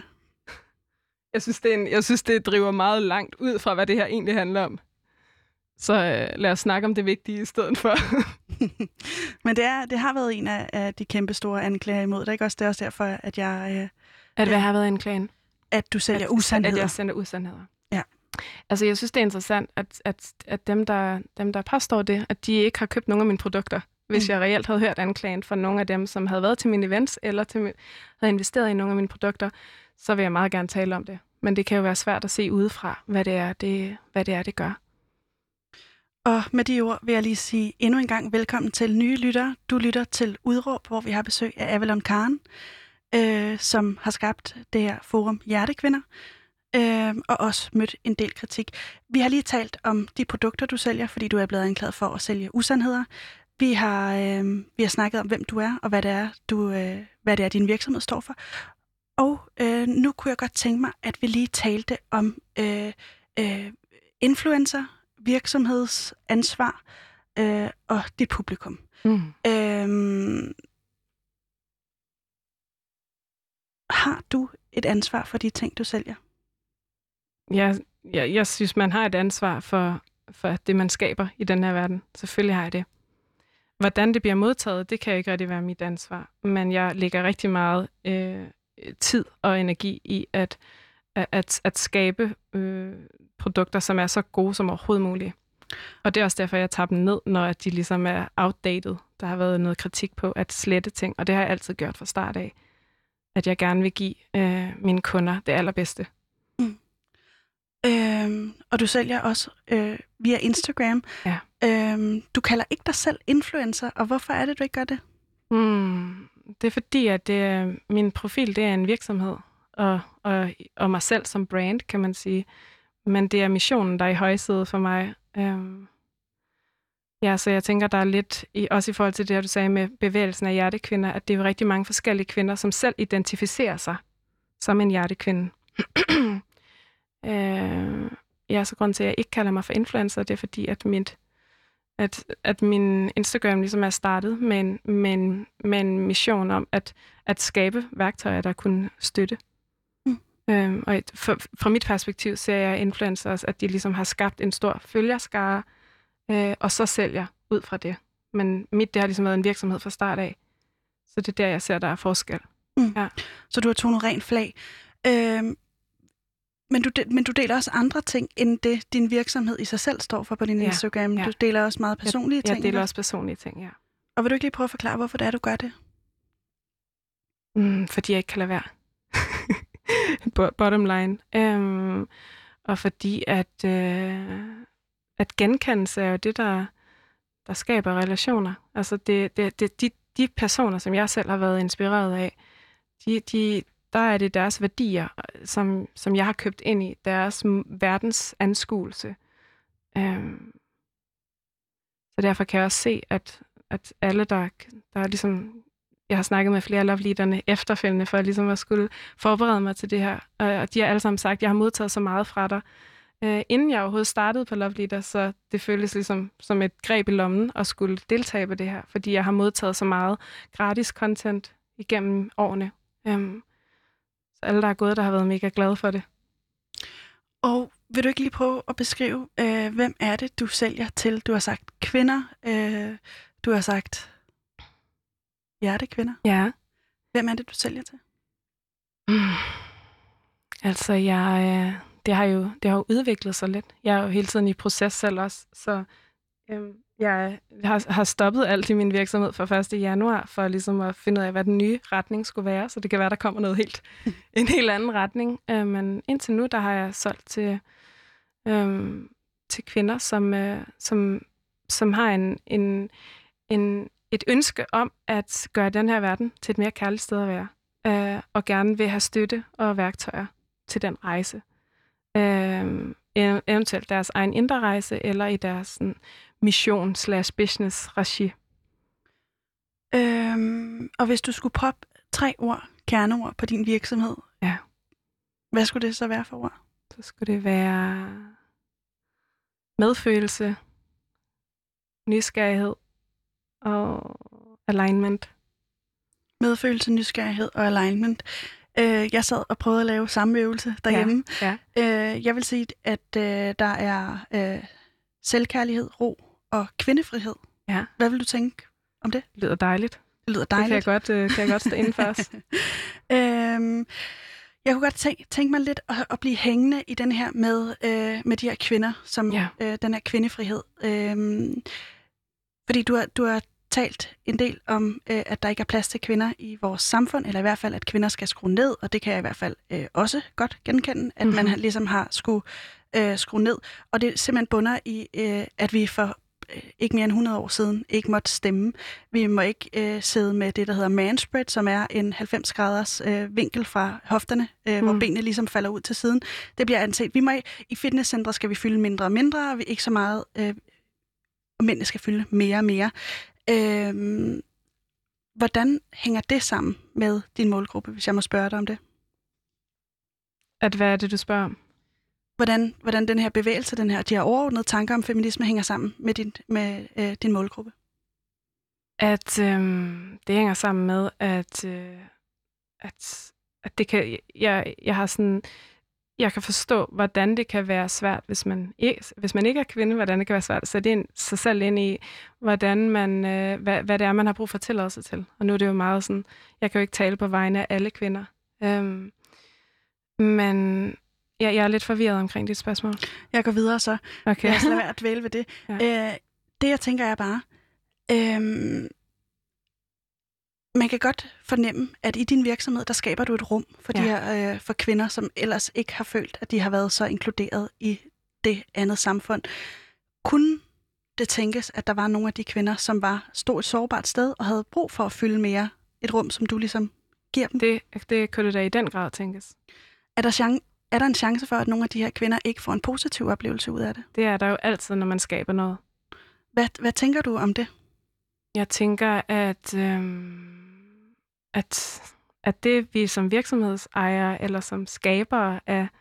Speaker 2: Jeg synes, det driver meget langt ud fra, hvad det her egentlig handler om. Så lad os snakke om det vigtige i stedet for.
Speaker 1: Men det har været en af de kæmpe store anklager imod dig, ikke også? Det er også derfor, at jeg...
Speaker 2: hvad har været anklagen?
Speaker 1: At du sælger usandheder.
Speaker 2: At jeg sender usandheder.
Speaker 1: Ja.
Speaker 2: Altså, jeg synes, det er interessant, at dem, der påstår det, at de ikke har købt nogen af mine produkter. Hvis jeg reelt havde hørt anklagen fra nogle af dem, som havde været til mine events, eller havde investeret i nogle af mine produkter, så vil jeg meget gerne tale om det. Men det kan jo være svært at se udefra, hvad det er, det gør.
Speaker 1: Og med de ord vil jeg lige sige endnu en gang velkommen til nye lyttere. Du lytter til Udråb, hvor vi har besøg af Avalon Karen, som har skabt det her forum Hjertekvinder, og også mødt en del kritik. Vi har lige talt om de produkter, du sælger, fordi du er blevet anklaget for at sælge usandheder. Vi har snakket om, hvem du er, og hvad det er, din virksomhed står for. Og nu kunne jeg godt tænke mig, at vi lige talte om influencer virksomhedsansvar og dit publikum. Har du et ansvar for de ting, du sælger?
Speaker 2: Jeg synes, man har et ansvar for det, man skaber i den her verden. Selvfølgelig har jeg det. Hvordan det bliver modtaget, det kan jo ikke rigtig være mit ansvar. Men jeg lægger rigtig meget tid og energi i at skabe produkter, som er så gode som overhovedet muligt. Og det er også derfor, jeg tager dem ned, når de ligesom er outdated. Der har været noget kritik på at slette ting, og det har jeg altid gjort fra start af. At jeg gerne vil give mine kunder det allerbedste.
Speaker 1: Og du sælger også via Instagram.
Speaker 2: Ja.
Speaker 1: Du kalder ikke dig selv influencer, og hvorfor er det, du ikke gør det?
Speaker 2: Det er fordi, at min profil det er en virksomhed, og mig selv som brand, kan man sige. Men det er missionen, der er i højsædet for mig. Så jeg tænker, der er lidt, også i forhold til det, du sagde med bevægelsen af hjertekvinder, at det er jo rigtig mange forskellige kvinder, som selv identificerer sig som en hjertekvinde. Så grunden til, at jeg ikke kalder mig for influencer, det er fordi, at min Instagram ligesom er startet med en mission om at skabe værktøjer, der kunne støtte. Og fra mit perspektiv ser jeg influencers, at de ligesom har skabt en stor følgerskare, og så sælger ud fra det. Men det har ligesom været en virksomhed fra start af. Så det er der, jeg ser, der er forskel. Ja.
Speaker 1: Så du har tonet rent flag. Men du deler også andre ting, end det din virksomhed i sig selv står for på din Instagram. Ja. Du deler også meget personlige ting.
Speaker 2: Jeg deler også personlige ting, ja.
Speaker 1: Og vil du ikke lige prøve at forklare, hvorfor det er, du gør det?
Speaker 2: Fordi jeg ikke kan lade være. Bottom line. Og fordi at genkendelse er jo det, der skaber relationer. Altså de personer, som jeg selv har været inspireret af, der er det deres værdier, som jeg har købt ind i, deres verdens anskuelse. Så derfor kan jeg også se, at alle, der er ligesom... Jeg har snakket med flere love-leaderne efterfølgende, for ligesom at skulle forberede mig til det her. Og de har alle sammen sagt, at jeg har modtaget så meget fra dig, inden jeg overhovedet startede på Love Leader, så det føltes ligesom som et greb i lommen at skulle deltage på det her, fordi jeg har modtaget så meget gratis content igennem årene. Så alle, der er gået, der har været mega glade for det.
Speaker 1: Og vil du ikke lige prøve at beskrive, hvem er det, du sælger til? Du har sagt kvinder, du har sagt hjertekvinder.
Speaker 2: Ja.
Speaker 1: Hvem er det, du sælger til?
Speaker 2: Altså, det har jo udviklet sig lidt. Jeg er jo hele tiden i proces selv også, så jeg har stoppet alt i min virksomhed fra 1. januar, for ligesom at finde ud af, hvad den nye retning skulle være, så det kan være, der kommer noget en helt anden retning. Men indtil nu, der har jeg solgt til kvinder, som har et ønske om at gøre den her verden til et mere kærligt sted at være, og gerne vil have støtte og værktøjer til den rejse. Eventuelt deres egen indre rejse, eller i deres sådan, mission/business-regi.
Speaker 1: Og hvis du skulle proppe 3 kerneord på din virksomhed,
Speaker 2: ja.
Speaker 1: Hvad skulle det så være for ord?
Speaker 2: Så skulle det være medfølelse, nysgerrighed og alignment.
Speaker 1: Medfølelse, nysgerrighed og alignment. Jeg sad og prøvede at lave samme øvelse derhjemme.
Speaker 2: Ja.
Speaker 1: Jeg vil sige, at der er selvkærlighed, ro og kvindefrihed.
Speaker 2: Ja.
Speaker 1: Hvad vil du tænke om det?
Speaker 2: Det lyder dejligt.
Speaker 1: Det lyder dejligt.
Speaker 2: Det kan jeg godt stå inden for os.
Speaker 1: Jeg kunne godt tænke mig lidt at blive hængende i den her med de her kvinder, som den her kvindefrihed. Fordi du har talt en del om, at der ikke er plads til kvinder i vores samfund, eller i hvert fald, at kvinder skal skrue ned, og det kan jeg i hvert fald også godt genkende, at man ligesom har skulle skrue ned. Og det simpelthen bunder i, at vi for ikke mere end 100 år siden ikke måtte stemme. Vi må ikke sidde med det, der hedder manspread, som er en 90 graders vinkel fra hofterne, hvor benene ligesom falder ud til siden. Det bliver anset. I fitnesscentre skal vi fylde mindre og mindre, og vi ikke så meget, og mændene skal fylde mere og mere. Hvordan hænger det sammen med din målgruppe, hvis jeg må spørge dig om det?
Speaker 2: Hvad er det, du spørger om?
Speaker 1: hvordan den her bevægelse, de her overordnede tanker om feminisme hænger sammen med din målgruppe?
Speaker 2: At det hænger sammen med, at det kan, jeg har sådan, jeg kan forstå, hvordan det kan være svært, hvis man ikke er kvinde, hvordan det kan være svært at sætte sig selv ind i, hvordan man, hvad det er, man har brug for tilladelse til. Og nu er det jo meget sådan, jeg kan jo ikke tale på vegne af alle kvinder. Men jeg er lidt forvirret omkring dit spørgsmål.
Speaker 1: Jeg går videre så.
Speaker 2: Okay.
Speaker 1: Jeg skal lade være at dvæle ved det. Ja. Det jeg tænker er bare, man kan godt fornemme, at i din virksomhed, der skaber du et rum for, de her, for kvinder, som ellers ikke har følt, at de har været så inkluderet i det andet samfund. Kunne det tænkes, at der var nogle af de kvinder, som stod et sårbart sted og havde brug for at fylde mere et rum, som du ligesom giver dem?
Speaker 2: Det kunne det da i den grad tænkes.
Speaker 1: Er der en chance for, at nogle af de her kvinder ikke får en positiv oplevelse ud af det?
Speaker 2: Det er der jo altid, når man skaber noget.
Speaker 1: Hvad tænker du om det? Jeg
Speaker 2: tænker, at det vi som virksomhedsejere eller som skabere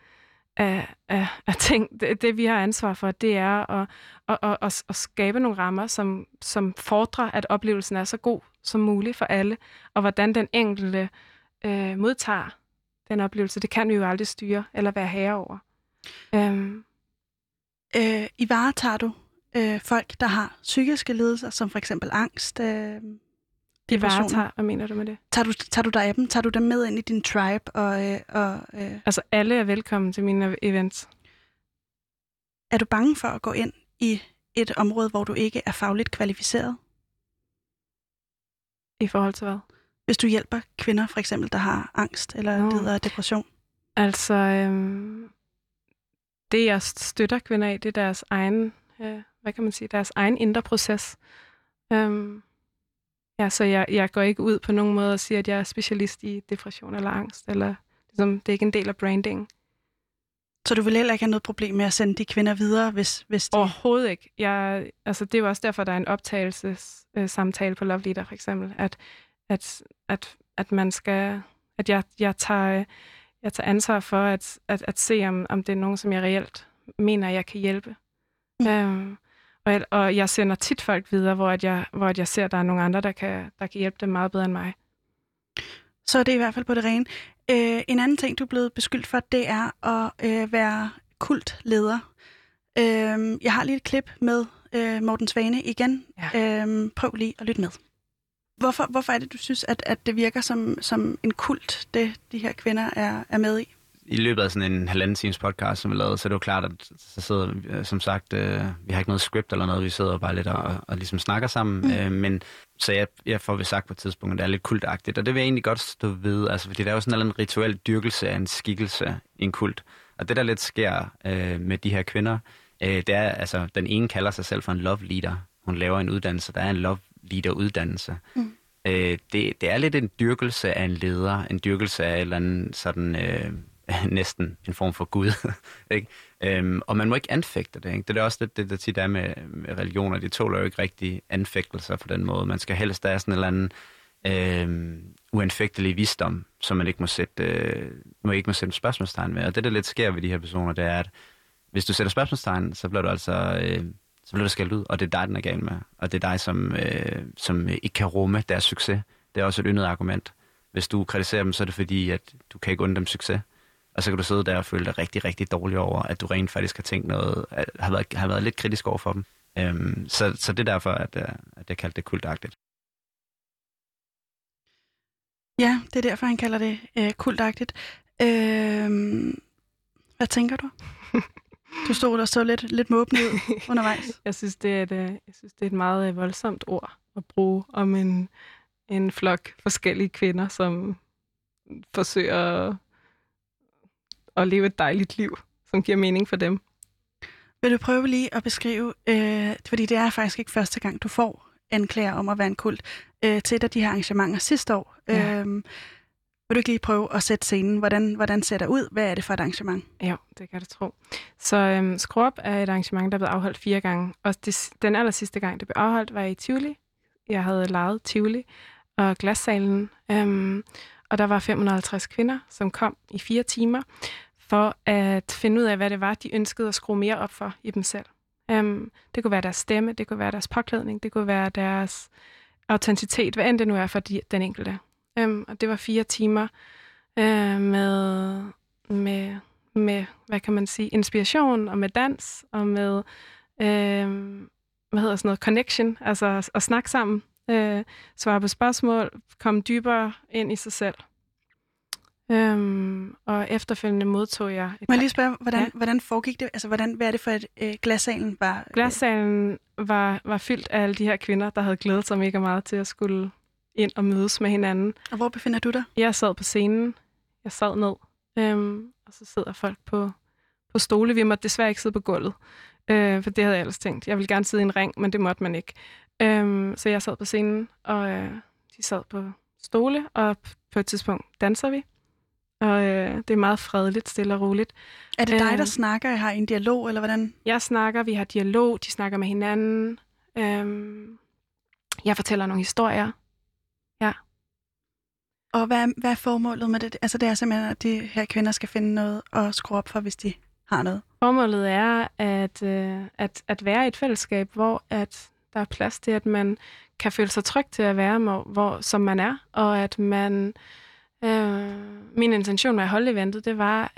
Speaker 2: af ting, det vi har ansvar for, det er at skabe nogle rammer, som fordrer, at oplevelsen er så god som muligt for alle, og hvordan den enkelte modtager den oplevelse, det kan vi jo aldrig styre eller være herre over.
Speaker 1: I varetager du folk, der har psykiske lidelser, som for eksempel angst, depressioner.
Speaker 2: Hvad mener du med det?
Speaker 1: Tager du dig af dem? Tager du dem med ind i din tribe?
Speaker 2: Altså, alle er velkommen til mine events.
Speaker 1: Er du bange for at gå ind i et område, hvor du ikke er fagligt kvalificeret?
Speaker 2: I forhold til hvad?
Speaker 1: Hvis du hjælper kvinder, for eksempel, der har angst eller lider af depression.
Speaker 2: Altså, det jeg støtter kvinder i, det er deres egen, deres egen indre proces. Så jeg går ikke ud på nogen måde og siger, at jeg er specialist i depression eller angst, eller ligesom, det er ikke en del af branding.
Speaker 1: Så du vil heller ikke have noget problem med at sende de kvinder videre, hvis de...
Speaker 2: Overhovedet ikke. Det er jo også derfor, der er en optagelsessamtale på Love Leader, for eksempel, at man skal... At jeg tager ansvar for at se, om det er nogen, som jeg reelt mener, jeg kan hjælpe. Og jeg sender tit folk videre, hvor jeg ser, at der er nogle andre, der kan hjælpe dem meget bedre end mig.
Speaker 1: Så er det i hvert fald på det rene. En anden ting, du er blevet beskyldt for, det er at være kultleder. Jeg har lige et klip med Morten Svane igen. Ja. Prøv lige at lytte med. Hvorfor er det, du synes, at det virker som en kult, det de her kvinder er med i?
Speaker 3: I løbet af sådan en 1,5 times podcast, som vi lavede, så er det jo klart, at så sidder, som sagt, vi har ikke noget script eller noget, vi sidder bare lidt og ligesom snakker sammen. Men så jeg får vi sagt på et tidspunkt, at det er lidt kultagtigt, og det vil jeg egentlig godt stå ved, altså, fordi der er jo sådan en rituel dyrkelse af en skikkelse i en kult. Og det, der lidt sker med de her kvinder, det er, altså, den ene kalder sig selv for en love leader. Hun laver en uddannelse, der er en love leader uddannelse. Det er lidt en dyrkelse af en leder, en dyrkelse af et eller andet sådan... næsten en form for Gud. Ikke? Og man må ikke anfægte det. Ikke? Det er også det, der tit er med religioner. De tåler jo ikke rigtig anfægtelser på den måde. Man skal helst have sådan en eller anden uanfægtelig visdom, som man ikke må sætte spørgsmålstegn ved. Og det, der lidt sker ved de her personer, det er, at hvis du sætter spørgsmålstegn, så bliver du så bliver du skældt ud, og det er dig, den er gal med. Og det er dig, som ikke kan rumme deres succes. Det er også et yndet argument. Hvis du kritiserer dem, så er det fordi, at du kan ikke unde dem succes. Og så kan du sidde der og føle dig rigtig, rigtig dårlig over, at du rent faktisk har tænkt noget, har været lidt kritisk over for dem. Så det er derfor, at jeg kaldte det kultagtigt.
Speaker 1: Ja, det er derfor, han kalder det kultagtigt. Hvad tænker du? Du stod der så lidt måbende ud undervejs.
Speaker 2: Jeg synes, det er et meget voldsomt ord at bruge om en flok forskellige kvinder, som forsøger at leve et dejligt liv, som giver mening for dem.
Speaker 1: Vil du prøve lige at beskrive, fordi det er faktisk ikke første gang, du får anklager om at være en kult, til et af de her arrangementer sidste år. Ja. Vil du ikke lige prøve at sætte scenen? Hvordan ser det ud? Hvad er det for et arrangement?
Speaker 2: Jo, det kan du tro. Så Skru Op er et arrangement, der er blevet afholdt 4 gange. Og den aller sidste gang, det blev afholdt, var i Tivoli. Jeg havde lejet Tivoli og Glassalen. Og der var 550 kvinder, som kom i 4 timer for at finde ud af, hvad det var, de ønskede at skrue mere op for i dem selv. Det kunne være deres stemme, det kunne være deres påklædning, det kunne være deres autenticitet, hvad end det nu er for den enkelte. Og det var 4 timer med, hvad kan man sige, inspiration og med dans og med, connection, altså at snakke sammen, svare på spørgsmål, komme dybere ind i sig selv. Og efterfølgende modtog jeg...
Speaker 1: Må jeg lige spørge, hvordan foregik det? Altså, hvad er det for et glassalen var?
Speaker 2: Glassalen var fyldt af alle de her kvinder, der havde glædet sig mega meget til at skulle ind og mødes med hinanden.
Speaker 1: Og hvor befinder du dig?
Speaker 2: Jeg sad på scenen. Jeg sad ned. Og så sidder folk på stole. Vi måtte desværre ikke sidde på gulvet, for det havde jeg ellers tænkt. Jeg ville gerne sidde i en ring, men det måtte man ikke. Så jeg sad på scenen, og de sad på stole, og på et tidspunkt danser vi. Og det er meget fredeligt, stille og roligt.
Speaker 1: Er det dig, der snakker? Jeg har en dialog, eller hvordan?
Speaker 2: Jeg snakker, vi har dialog, de snakker med hinanden. Jeg fortæller nogle historier. Ja.
Speaker 1: Og hvad er formålet med det? Altså det er simpelthen, at de her kvinder skal finde noget at skrue op for, hvis de har noget.
Speaker 2: Formålet er at være i et fællesskab, hvor at der er plads til, at man kan føle sig tryg til at være, som man er, og at man... min intention med at holde eventet, det var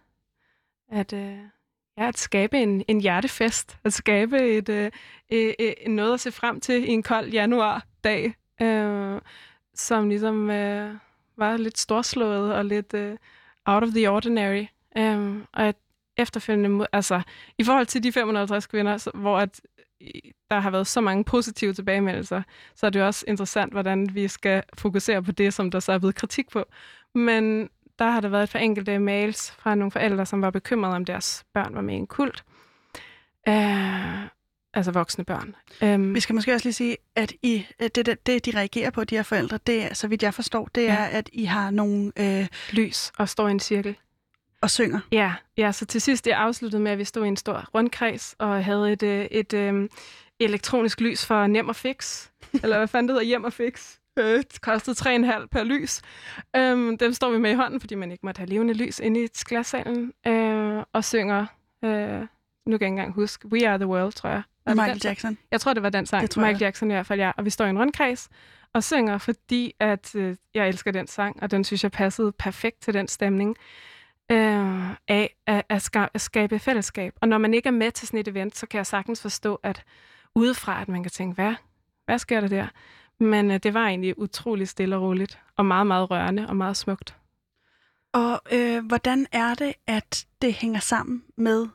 Speaker 2: at skabe en hjertefest, at skabe noget at se frem til i en kold januardag, som ligesom var lidt storslået og lidt out of the ordinary. Og at efterfølgende, altså i forhold til de 550 kvinder, hvor at der har været så mange positive tilbagemeldelser, så er det også interessant, hvordan vi skal fokusere på det, som der så er blevet kritik på. Men der har der været et par enkelte mails fra nogle forældre, som var bekymrede om deres børn var med i en kult. Altså voksne børn.
Speaker 1: Vi skal måske også lige sige, at det, de reagerer på, de her forældre, det er, så vidt jeg forstår, det er, at I har nogle...
Speaker 2: lys og står i en cirkel.
Speaker 1: Og synger.
Speaker 2: Ja, så til sidst jeg afsluttede med, at vi stod i en stor rundkreds og havde et elektronisk lys for Nem og Fix. Eller hvad fanden det hedder, Hjem og Fix. Det kostede 3,5 per lys. Dem står vi med i hånden, fordi man ikke måtte have levende lys inde i glassalen. Og synger, nu kan jeg ikke engang huske, We Are The World, tror jeg.
Speaker 1: Michael Jackson.
Speaker 2: Jeg tror, det var den sang. Michael Jackson i hvert fald, ja. Og vi står i en rundkreds og synger, fordi at jeg elsker den sang, og den synes jeg passede perfekt til den stemning. Af at skabe fællesskab. Og når man ikke er med til sådan et event, så kan jeg sagtens forstå, at udefra, at man kan tænke, hvad sker der der? Men det var egentlig utrolig stille og roligt, og meget, meget rørende og meget smukt.
Speaker 1: Og hvordan er det, at det hænger sammen med...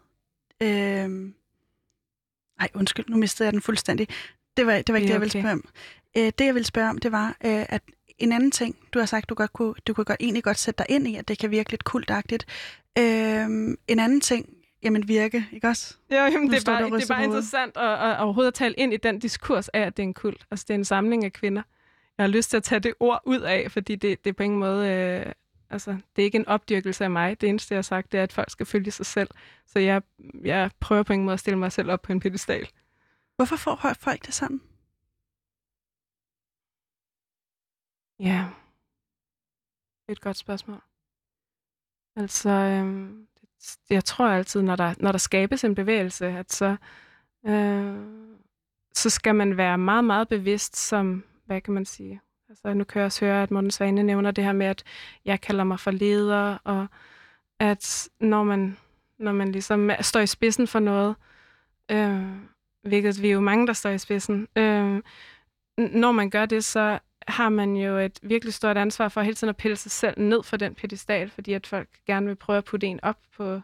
Speaker 1: undskyld, nu mistede jeg den fuldstændig. Det var ikke det, jeg ville spørge om. Det, jeg ville spørge om, det var, at en anden ting, du har sagt, du kunne egentlig godt sætte dig ind i, at det kan virke lidt kultagtigt. En anden ting, jamen virke, ikke også?
Speaker 2: Jo, jamen, det er bare interessant at overhovedet tale ind i den diskurs af, at det er en kult. Altså, det er en samling af kvinder. Jeg har lyst til at tage det ord ud af, fordi det er på ingen måde... det er ikke en opdyrkelse af mig. Det eneste, jeg har sagt, det er, at folk skal følge sig selv. Så jeg prøver på ingen måde at stille mig selv op på en pedestal.
Speaker 1: Hvorfor får folk det sådan?
Speaker 2: Ja, det er et godt spørgsmål. Altså, jeg tror altid, når der skabes en bevægelse, at så skal man være meget, meget bevidst som, hvad kan man sige? Altså, nu kan jeg også høre, at Morten Svane nævner det her med, at jeg kalder mig for leder, og at når man ligesom står i spidsen for noget, hvilket vi er jo mange, der står i spidsen, når man gør det, så har man jo et virkelig stort ansvar for hele tiden at pille sig selv ned for den pedestal, fordi at folk gerne vil prøve at putte en op på,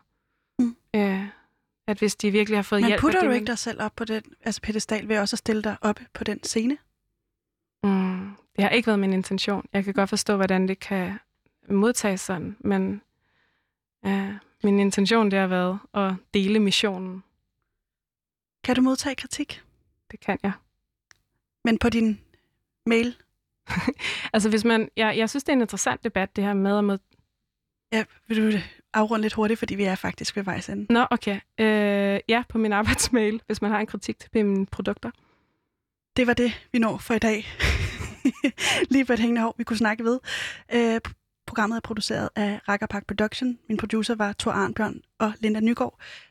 Speaker 2: at hvis de virkelig har fået hjælp...
Speaker 1: Men putter du ikke dig selv op på den pedestal ved også at stille dig op på den scene?
Speaker 2: Det har ikke været min intention. Jeg kan godt forstå, hvordan det kan modtages sådan, men min intention det har været at dele missionen.
Speaker 1: Kan du modtage kritik?
Speaker 2: Det kan jeg.
Speaker 1: Men på din mail?
Speaker 2: Altså hvis man... Jeg synes, det er en interessant debat, det her med at
Speaker 1: Ja, vil du afrunde lidt hurtigt, fordi vi er faktisk ved vejs ende.
Speaker 2: Nå, okay. Ja, på min arbejdsmail, hvis man har en kritik til mine produkter.
Speaker 1: Det var det, vi når for i dag. Lige på et hængende hår, vi kunne snakke ved. Programmet er produceret af Rakkerpark Production. Min producer var Thor Arnbjørn og Linda Nygaard.